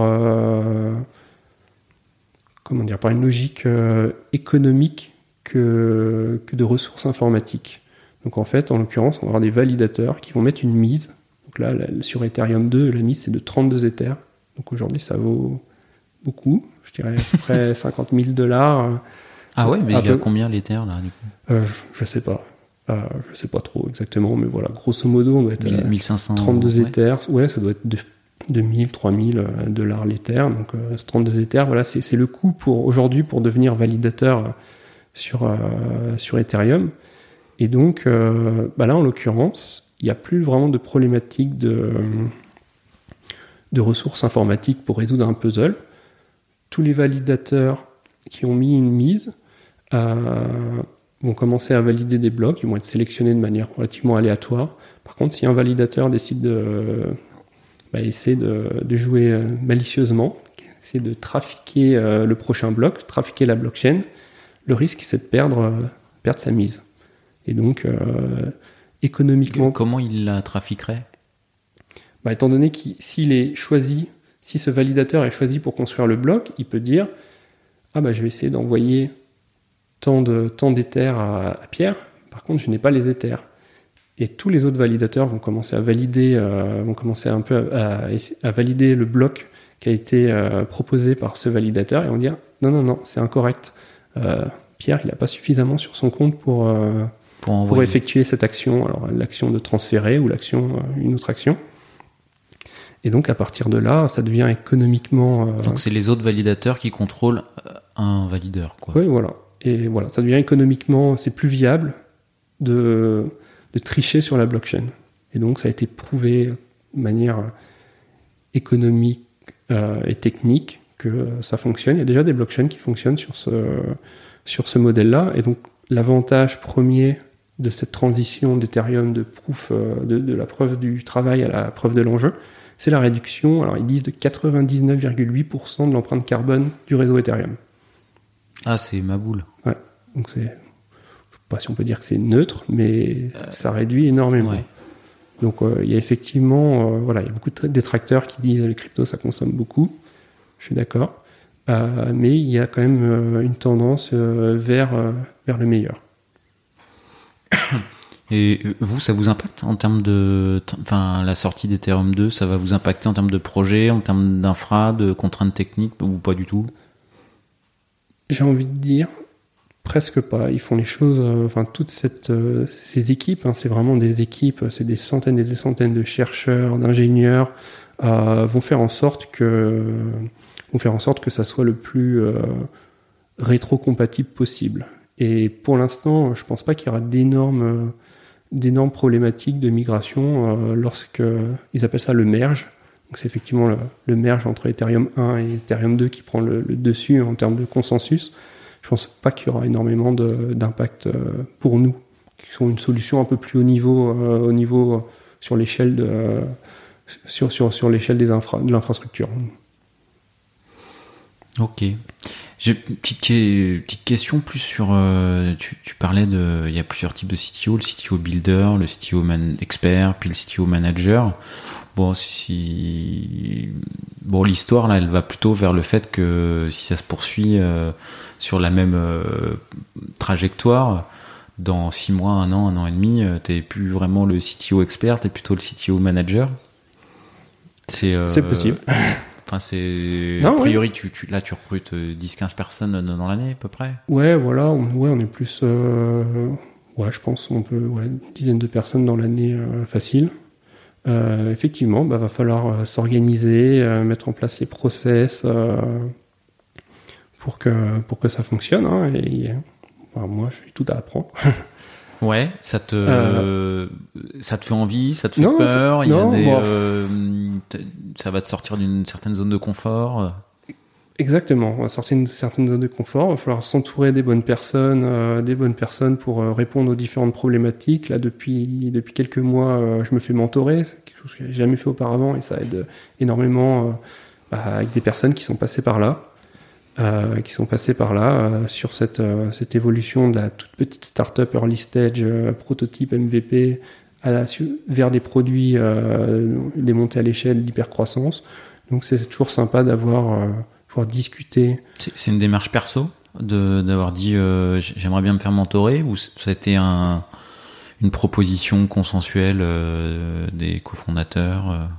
une logique économique que de ressources informatiques. Donc en fait, en l'occurrence, on va avoir des validateurs qui vont mettre une mise. Donc là, sur Ethereum 2, la mise c'est de 32 Ethers. Donc aujourd'hui, ça vaut beaucoup, je dirais à peu près $50,000. Ah ouais, mais il y a combien l'Ether là du coup? Je sais pas. Je sais pas trop exactement, mais voilà, grosso modo, on doit être 1500, 32 Ethers. Ouais, ça doit être 2000, $3000 l'Ether. Donc 32 Ethers, voilà, c'est le coût aujourd'hui pour devenir validateur sur Ethereum. Et donc là, en l'occurrence, il n'y a plus vraiment de problématique de ressources informatiques pour résoudre un puzzle. Tous les validateurs qui ont mis une mise vont commencer à valider des blocs, ils vont être sélectionnés de manière relativement aléatoire. Par contre, si un validateur décide essayer de jouer malicieusement, essayer de trafiquer le prochain bloc, trafiquer la blockchain, le risque c'est de perdre sa mise. Et donc, économiquement... Comment il la trafiquerait ? Étant donné s'il est choisi, si ce validateur est choisi pour construire le bloc, il peut dire je vais essayer d'envoyer tant d'éthers à Pierre, par contre je n'ai pas les éthers. Et tous les autres validateurs vont commencer à valider, à valider le bloc qui a été proposé par ce validateur et vont dire non, c'est incorrect. Pierre, il n'a pas suffisamment sur son compte pour effectuer cette action, alors l'action de transférer ou une autre action. Et donc à partir de là, ça devient économiquement... Donc c'est les autres validateurs qui contrôlent un valideur, quoi. Oui, voilà. Et voilà, ça devient économiquement... C'est plus viable de tricher sur la blockchain. Et donc ça a été prouvé de manière économique et technique que ça fonctionne. Il y a déjà des blockchains qui fonctionnent sur ce modèle-là. Et donc l'avantage premier de cette transition d'Ethereum de la preuve du travail à la preuve de l'enjeu, c'est la réduction, alors ils disent de 99,8% de l'empreinte carbone du réseau Ethereum. Ah, c'est ma boule. Ouais, donc je sais pas si on peut dire que c'est neutre, mais ça réduit énormément. Ouais. Donc il y a effectivement, il y a beaucoup de détracteurs qui disent que les cryptos ça consomme beaucoup. Je suis d'accord, mais il y a quand même une tendance vers le meilleur. Et vous, ça vous impacte en termes de... Enfin, la sortie d'Ethereum 2, ça va vous impacter en termes de projet, en termes d'infra, de contraintes techniques, ou pas du tout? J'ai envie de dire, presque pas. Ils font les choses... toutes ces équipes, hein, c'est vraiment des équipes, c'est des centaines et des centaines de chercheurs, d'ingénieurs, vont faire en sorte que ça soit le plus rétro-compatible possible. Et pour l'instant, je pense pas qu'il y aura d'énormes problématiques de migration lorsque ils appellent ça le merge. Donc c'est effectivement le merge entre Ethereum 1 et Ethereum 2 qui prend le dessus en termes de consensus. Je pense pas qu'il y aura énormément d'impact pour nous, qui sont une solution un peu plus haut niveau sur l'échelle sur l'échelle de l'infrastructure. Ok. J'ai une petite question plus sur... tu parlais de... Il y a plusieurs types de CTO, le CTO builder, le CTO expert, puis le CTO manager. Bon, l'histoire, là, elle va plutôt vers le fait que si ça se poursuit sur la même trajectoire, dans 6 mois, 1 an et demi, t'es plus vraiment le CTO expert, t'es plutôt le CTO manager. C'est possible. Enfin, a priori, tu recrutes 10-15 personnes dans l'année, à peu près? Ouais, voilà, on est plus... je pense on peut... une dizaine de personnes dans l'année facile. Effectivement, va falloir s'organiser, mettre en place les process pour que ça fonctionne. Hein, et moi, j'ai tout à apprendre. Ouais, ça te fait envie, ça te fait peur, ça va te sortir d'une certaine zone de confort. Exactement, on va sortir d'une certaine zone de confort, il va falloir s'entourer des bonnes personnes pour répondre aux différentes problématiques. Là, depuis quelques mois, je me fais mentorer, c'est quelque chose que j'ai jamais fait auparavant et ça aide énormément avec des personnes qui sont passées par là. Sur cette évolution de la toute petite start-up early stage, prototype MVP, vers des produits, des montées à l'échelle d'hypercroissance. Donc c'est toujours sympa pouvoir discuter. C'est une démarche perso d'avoir dit j'aimerais bien me faire mentorer, ou ça a été une proposition consensuelle des cofondateurs?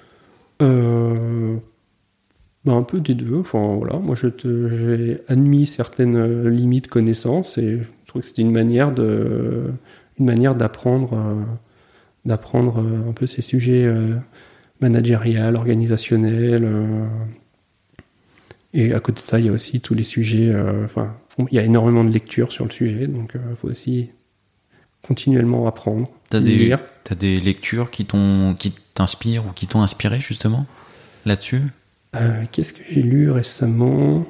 Un peu des deux. Enfin, voilà. Moi, j'ai admis certaines limites connaissances et je trouve que c'était une manière d'apprendre un peu ces sujets managériels, organisationnels. Et à côté de ça, il y a aussi tous les sujets. Il y a énormément de lectures sur le sujet, donc il faut aussi continuellement apprendre. T'as des lectures qui t'inspirent ou qui t'ont inspiré justement là-dessus? Qu'est-ce que j'ai lu récemment?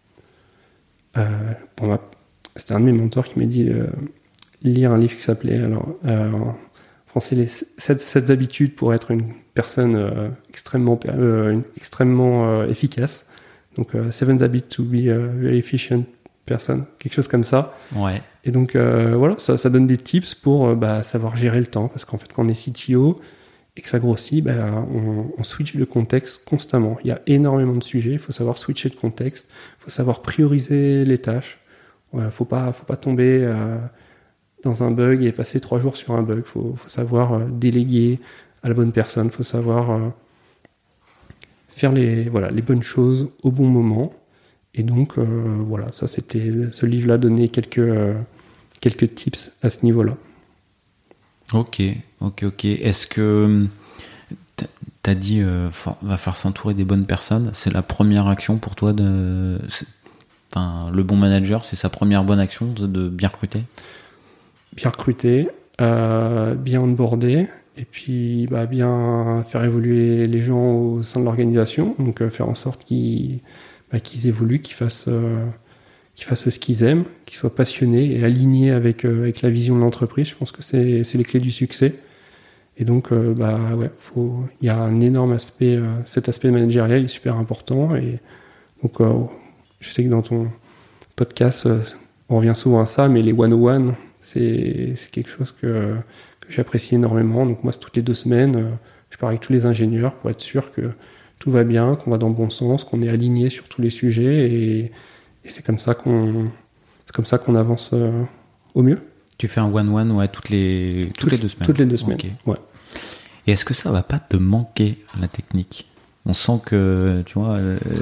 C'était un de mes mentors qui m'a dit lire un livre qui s'appelait en français les 7 habitudes pour être une personne extrêmement efficace. Donc 7 habits to be a very efficient person, quelque chose comme ça. Ouais. Et donc ça donne des tips pour savoir gérer le temps, parce qu'en fait quand on est CTO et que ça grossit, on switch de contexte constamment. Il y a énormément de sujets, il faut savoir switcher de contexte, il faut savoir prioriser les tâches. Faut pas tomber dans un bug et passer 3 jours sur un bug. Faut savoir déléguer à la bonne personne, faut savoir faire les bonnes choses au bon moment. Et donc ça ce livre-là donnait quelques tips à ce niveau-là. Ok. Est-ce que t'as dit va falloir s'entourer des bonnes personnes? C'est la première action pour toi le bon manager, c'est sa première bonne action de bien recruter? Bien recruter, bien onboarder, et puis bien faire évoluer les gens au sein de l'organisation. Donc faire en sorte qu'ils évoluent, qu'ils fassent ce qu'ils aiment, qu'ils soient passionnés et alignés avec la vision de l'entreprise. Je pense que c'est les clés du succès. Et donc, ouais, il y a un énorme aspect, cet aspect managérial est super important. Et donc, je sais que dans ton podcast, on revient souvent à ça, mais les 101, c'est quelque chose que j'apprécie énormément. Donc, moi, c'est toutes les 2 semaines, je parle avec tous les ingénieurs pour être sûr que tout va bien, qu'on va dans le bon sens, qu'on est aligné sur tous les sujets. Et c'est comme ça qu'on avance au mieux. Tu fais un one-one, ouais, toutes les 2 semaines. Toutes les 2 semaines, okay. Ouais. Et est-ce que ça va pas te manquer, la technique? On sent que, tu vois,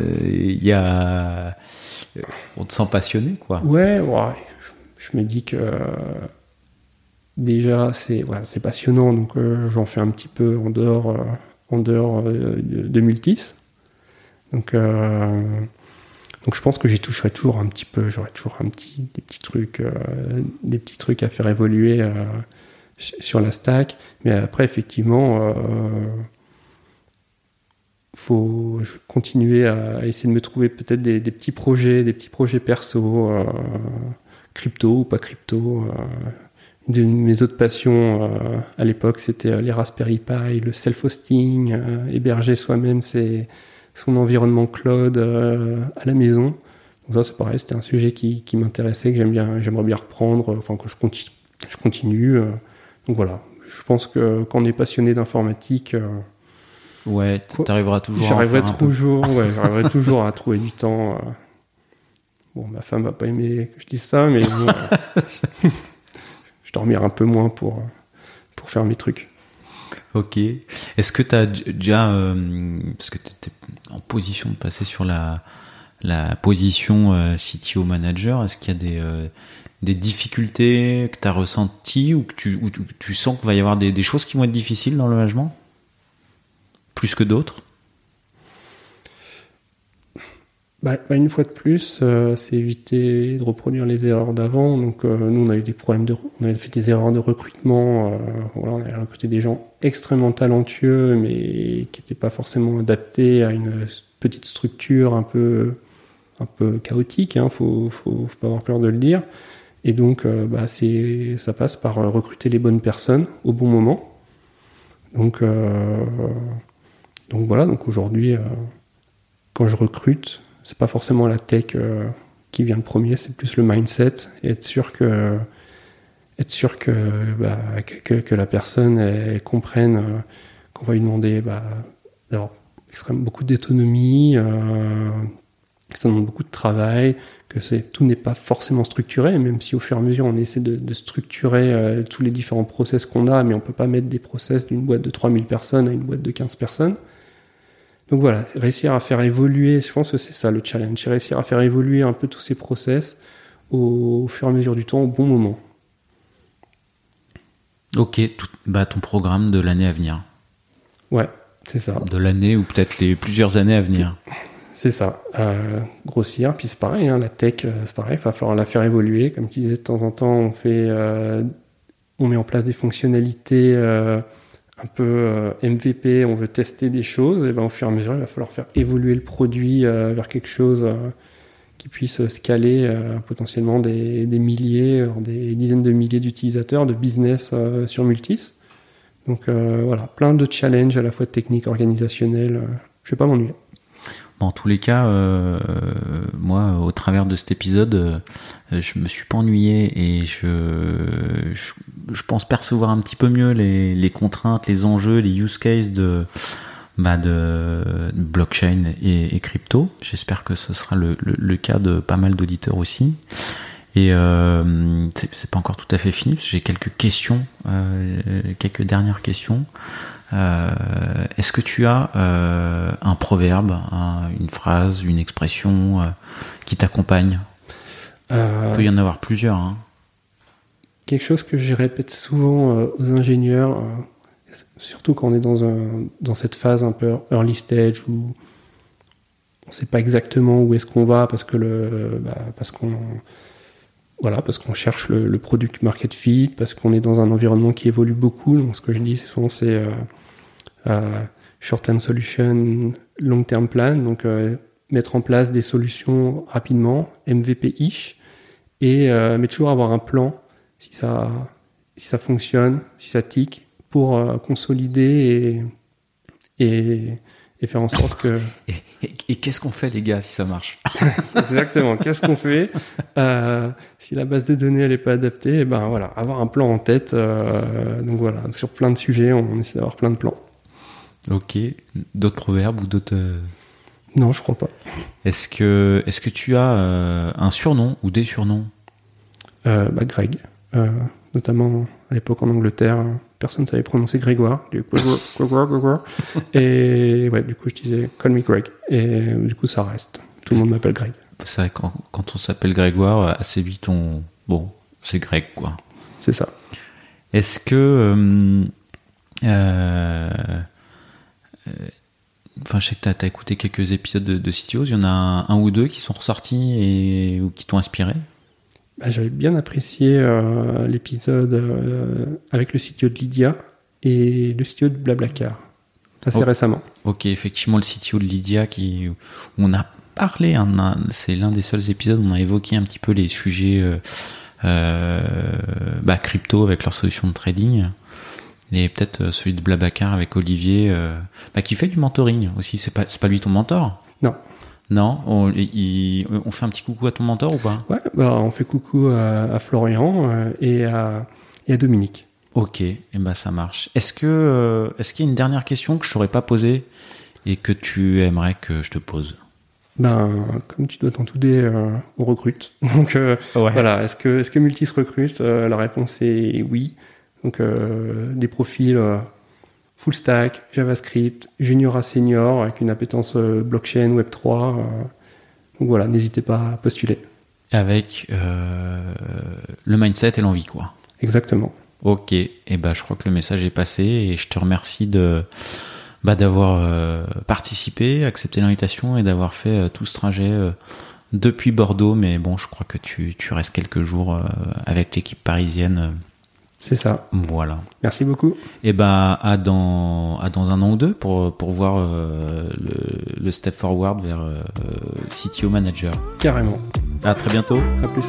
on te sent passionné, quoi. Ouais. Je me dis que déjà, c'est passionnant, donc j'en fais un petit peu en dehors de Multis. Donc je pense que j'y toucherai toujours un petit peu, j'aurai toujours des petits trucs à faire évoluer sur la stack. Mais après, effectivement, je vais continuer à essayer de me trouver peut-être des petits projets perso, crypto ou pas crypto. Une de mes autres passions à l'époque, c'était les Raspberry Pi, le self-hosting, héberger soi-même son environnement cloud à la maison. Donc ça, c'est pareil, c'était un sujet qui m'intéressait, que j'aimerais bien reprendre, que je continue. Donc voilà, je pense que quand on est passionné d'informatique, ouais, t'arriveras toujours. J'arriverai toujours à trouver du temps. Bon, ma femme va pas aimer que je dise ça, mais bon, je dormirai un peu moins pour faire mes trucs. Ok. Est-ce que tu as déjà, parce que tu étais en position de passer sur la position CTO manager, est-ce qu'il y a des difficultés que tu as ressenties ou que tu sens qu'il va y avoir des choses qui vont être difficiles dans le management? Plus que d'autres? Une fois de plus, c'est éviter de reproduire les erreurs d'avant. Donc, nous, on a eu des problèmes on a fait des erreurs de recrutement. On a recruté des gens extrêmement talentueux, mais qui n'étaient pas forcément adaptés à une petite structure un peu chaotique. Faut pas avoir peur de le dire. Et donc, ça passe par recruter les bonnes personnes au bon moment. Donc voilà. Donc aujourd'hui, quand je recrute, c'est pas forcément la tech qui vient le premier, c'est plus le mindset et être sûr que la personne elle comprenne qu'on va lui demander d'avoir beaucoup d'autonomie, que ça demande beaucoup de travail, que tout n'est pas forcément structuré, même si au fur et à mesure on essaie de structurer tous les différents process qu'on a, mais on peut pas mettre des process d'une boîte de 3000 personnes à une boîte de 15 personnes. Donc voilà, réussir à faire évoluer, je pense que c'est ça le challenge, c'est réussir à faire évoluer un peu tous ces process au fur et à mesure du temps, au bon moment. Ok, ton programme de l'année à venir. Ouais, c'est ça. De l'année ou peut-être les plusieurs années à venir. C'est ça, grossir, puis c'est pareil, la tech, c'est pareil, il va falloir la faire évoluer. Comme tu disais, de temps en temps, on met en place des fonctionnalités un peu MVP, on veut tester des choses, et au fur et à mesure, il va falloir faire évoluer le produit vers quelque chose qui puisse scaler potentiellement des milliers, des dizaines de milliers d'utilisateurs, de business sur Multis. Donc voilà, plein de challenges à la fois techniques, organisationnels. Je vais pas m'ennuyer. En tous les cas, moi, au travers de cet épisode, je me suis pas ennuyé et je pense percevoir un petit peu mieux les contraintes, les enjeux, les use cases de blockchain et crypto. J'espère que ce sera le cas de pas mal d'auditeurs aussi. Et c'est pas encore tout à fait fini parce que j'ai quelques questions, quelques dernières questions. Est-ce que tu as un proverbe, une phrase, une expression qui t'accompagne? Il peut y en avoir plusieurs. Quelque chose que je répète souvent aux ingénieurs, surtout quand on est dans cette phase un peu early stage où on ne sait pas exactement où est-ce qu'on va parce qu'on cherche le product market fit, parce qu'on est dans un environnement qui évolue beaucoup. Donc ce que je dis souvent c'est short-term solution, long-term plan, donc mettre en place des solutions rapidement, MVP-ish, mais toujours avoir un plan, si ça fonctionne, si ça tique, pour consolider et faire en sorte que... Et qu'est-ce qu'on fait, les gars, si ça marche? Exactement. Qu'est-ce qu'on fait si la base de données elle est pas adaptée? Et ben voilà, avoir un plan en tête. Donc voilà, sur plein de sujets, on essaie d'avoir plein de plans. Ok. D'autres proverbes ou d'autres... Non, je crois pas. Est-ce que tu as un surnom ou des surnoms? Greg. Notamment à l'époque en Angleterre, personne ne savait prononcer Grégoire. Du coup, Grégoire. Et ouais, du coup, je disais Call me Greg. Et du coup, ça reste. Tout le monde m'appelle Greg. C'est vrai, quand on s'appelle Grégoire, assez vite, bon, c'est Greg, quoi. C'est ça. Est-ce que... Enfin, je sais que t'as écouté quelques épisodes de CTOs. Il y en a un ou deux qui sont ressortis ou qui t'ont inspiré? J'avais bien apprécié l'épisode avec le CTO de Lydia et le CTO de Blablacar, assez récemment. Ok, effectivement, le CTO de Lydia, où on a parlé, c'est l'un des seuls épisodes où on a évoqué un petit peu les sujets crypto avec leur solution de trading. Et peut-être celui de Blablacar avec Olivier, qui fait du mentoring aussi. C'est pas lui ton mentor? Non. Non, on fait un petit coucou à ton mentor ou pas? Ouais, on fait coucou à Florian et à Dominique. Ok, et ça marche. Est-ce qu'il y a une dernière question que je t'aurais pas posée et que tu aimerais que je te pose? Comme tu dois t'en douter, on recrute. Donc voilà, est-ce que Multis recrute? La réponse est oui. Donc des profils full stack, JavaScript, junior à senior, avec une appétence blockchain, Web3. Donc voilà, n'hésitez pas à postuler. Avec le mindset et l'envie, quoi. Exactement. Ok, et je crois que le message est passé et je te remercie d'avoir participé, accepté l'invitation et d'avoir fait tout ce trajet depuis Bordeaux. Mais bon, je crois que tu restes quelques jours avec l'équipe parisienne. C'est ça. Voilà. Merci beaucoup. Et à dans un an ou deux pour voir le step forward vers CTO manager. Carrément. À très bientôt. À plus.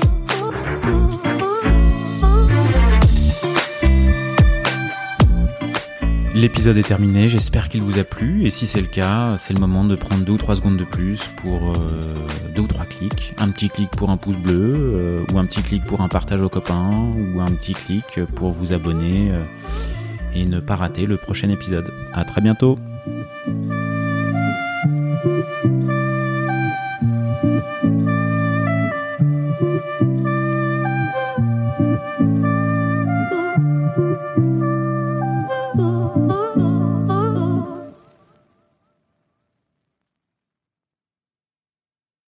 L'épisode est terminé, j'espère qu'il vous a plu, et si c'est le cas, c'est le moment de prendre 2 ou 3 secondes de plus pour 2 ou 3 clics. Un petit clic pour un pouce bleu, ou un petit clic pour un partage aux copains, ou un petit clic pour vous abonner et ne pas rater le prochain épisode. À très bientôt.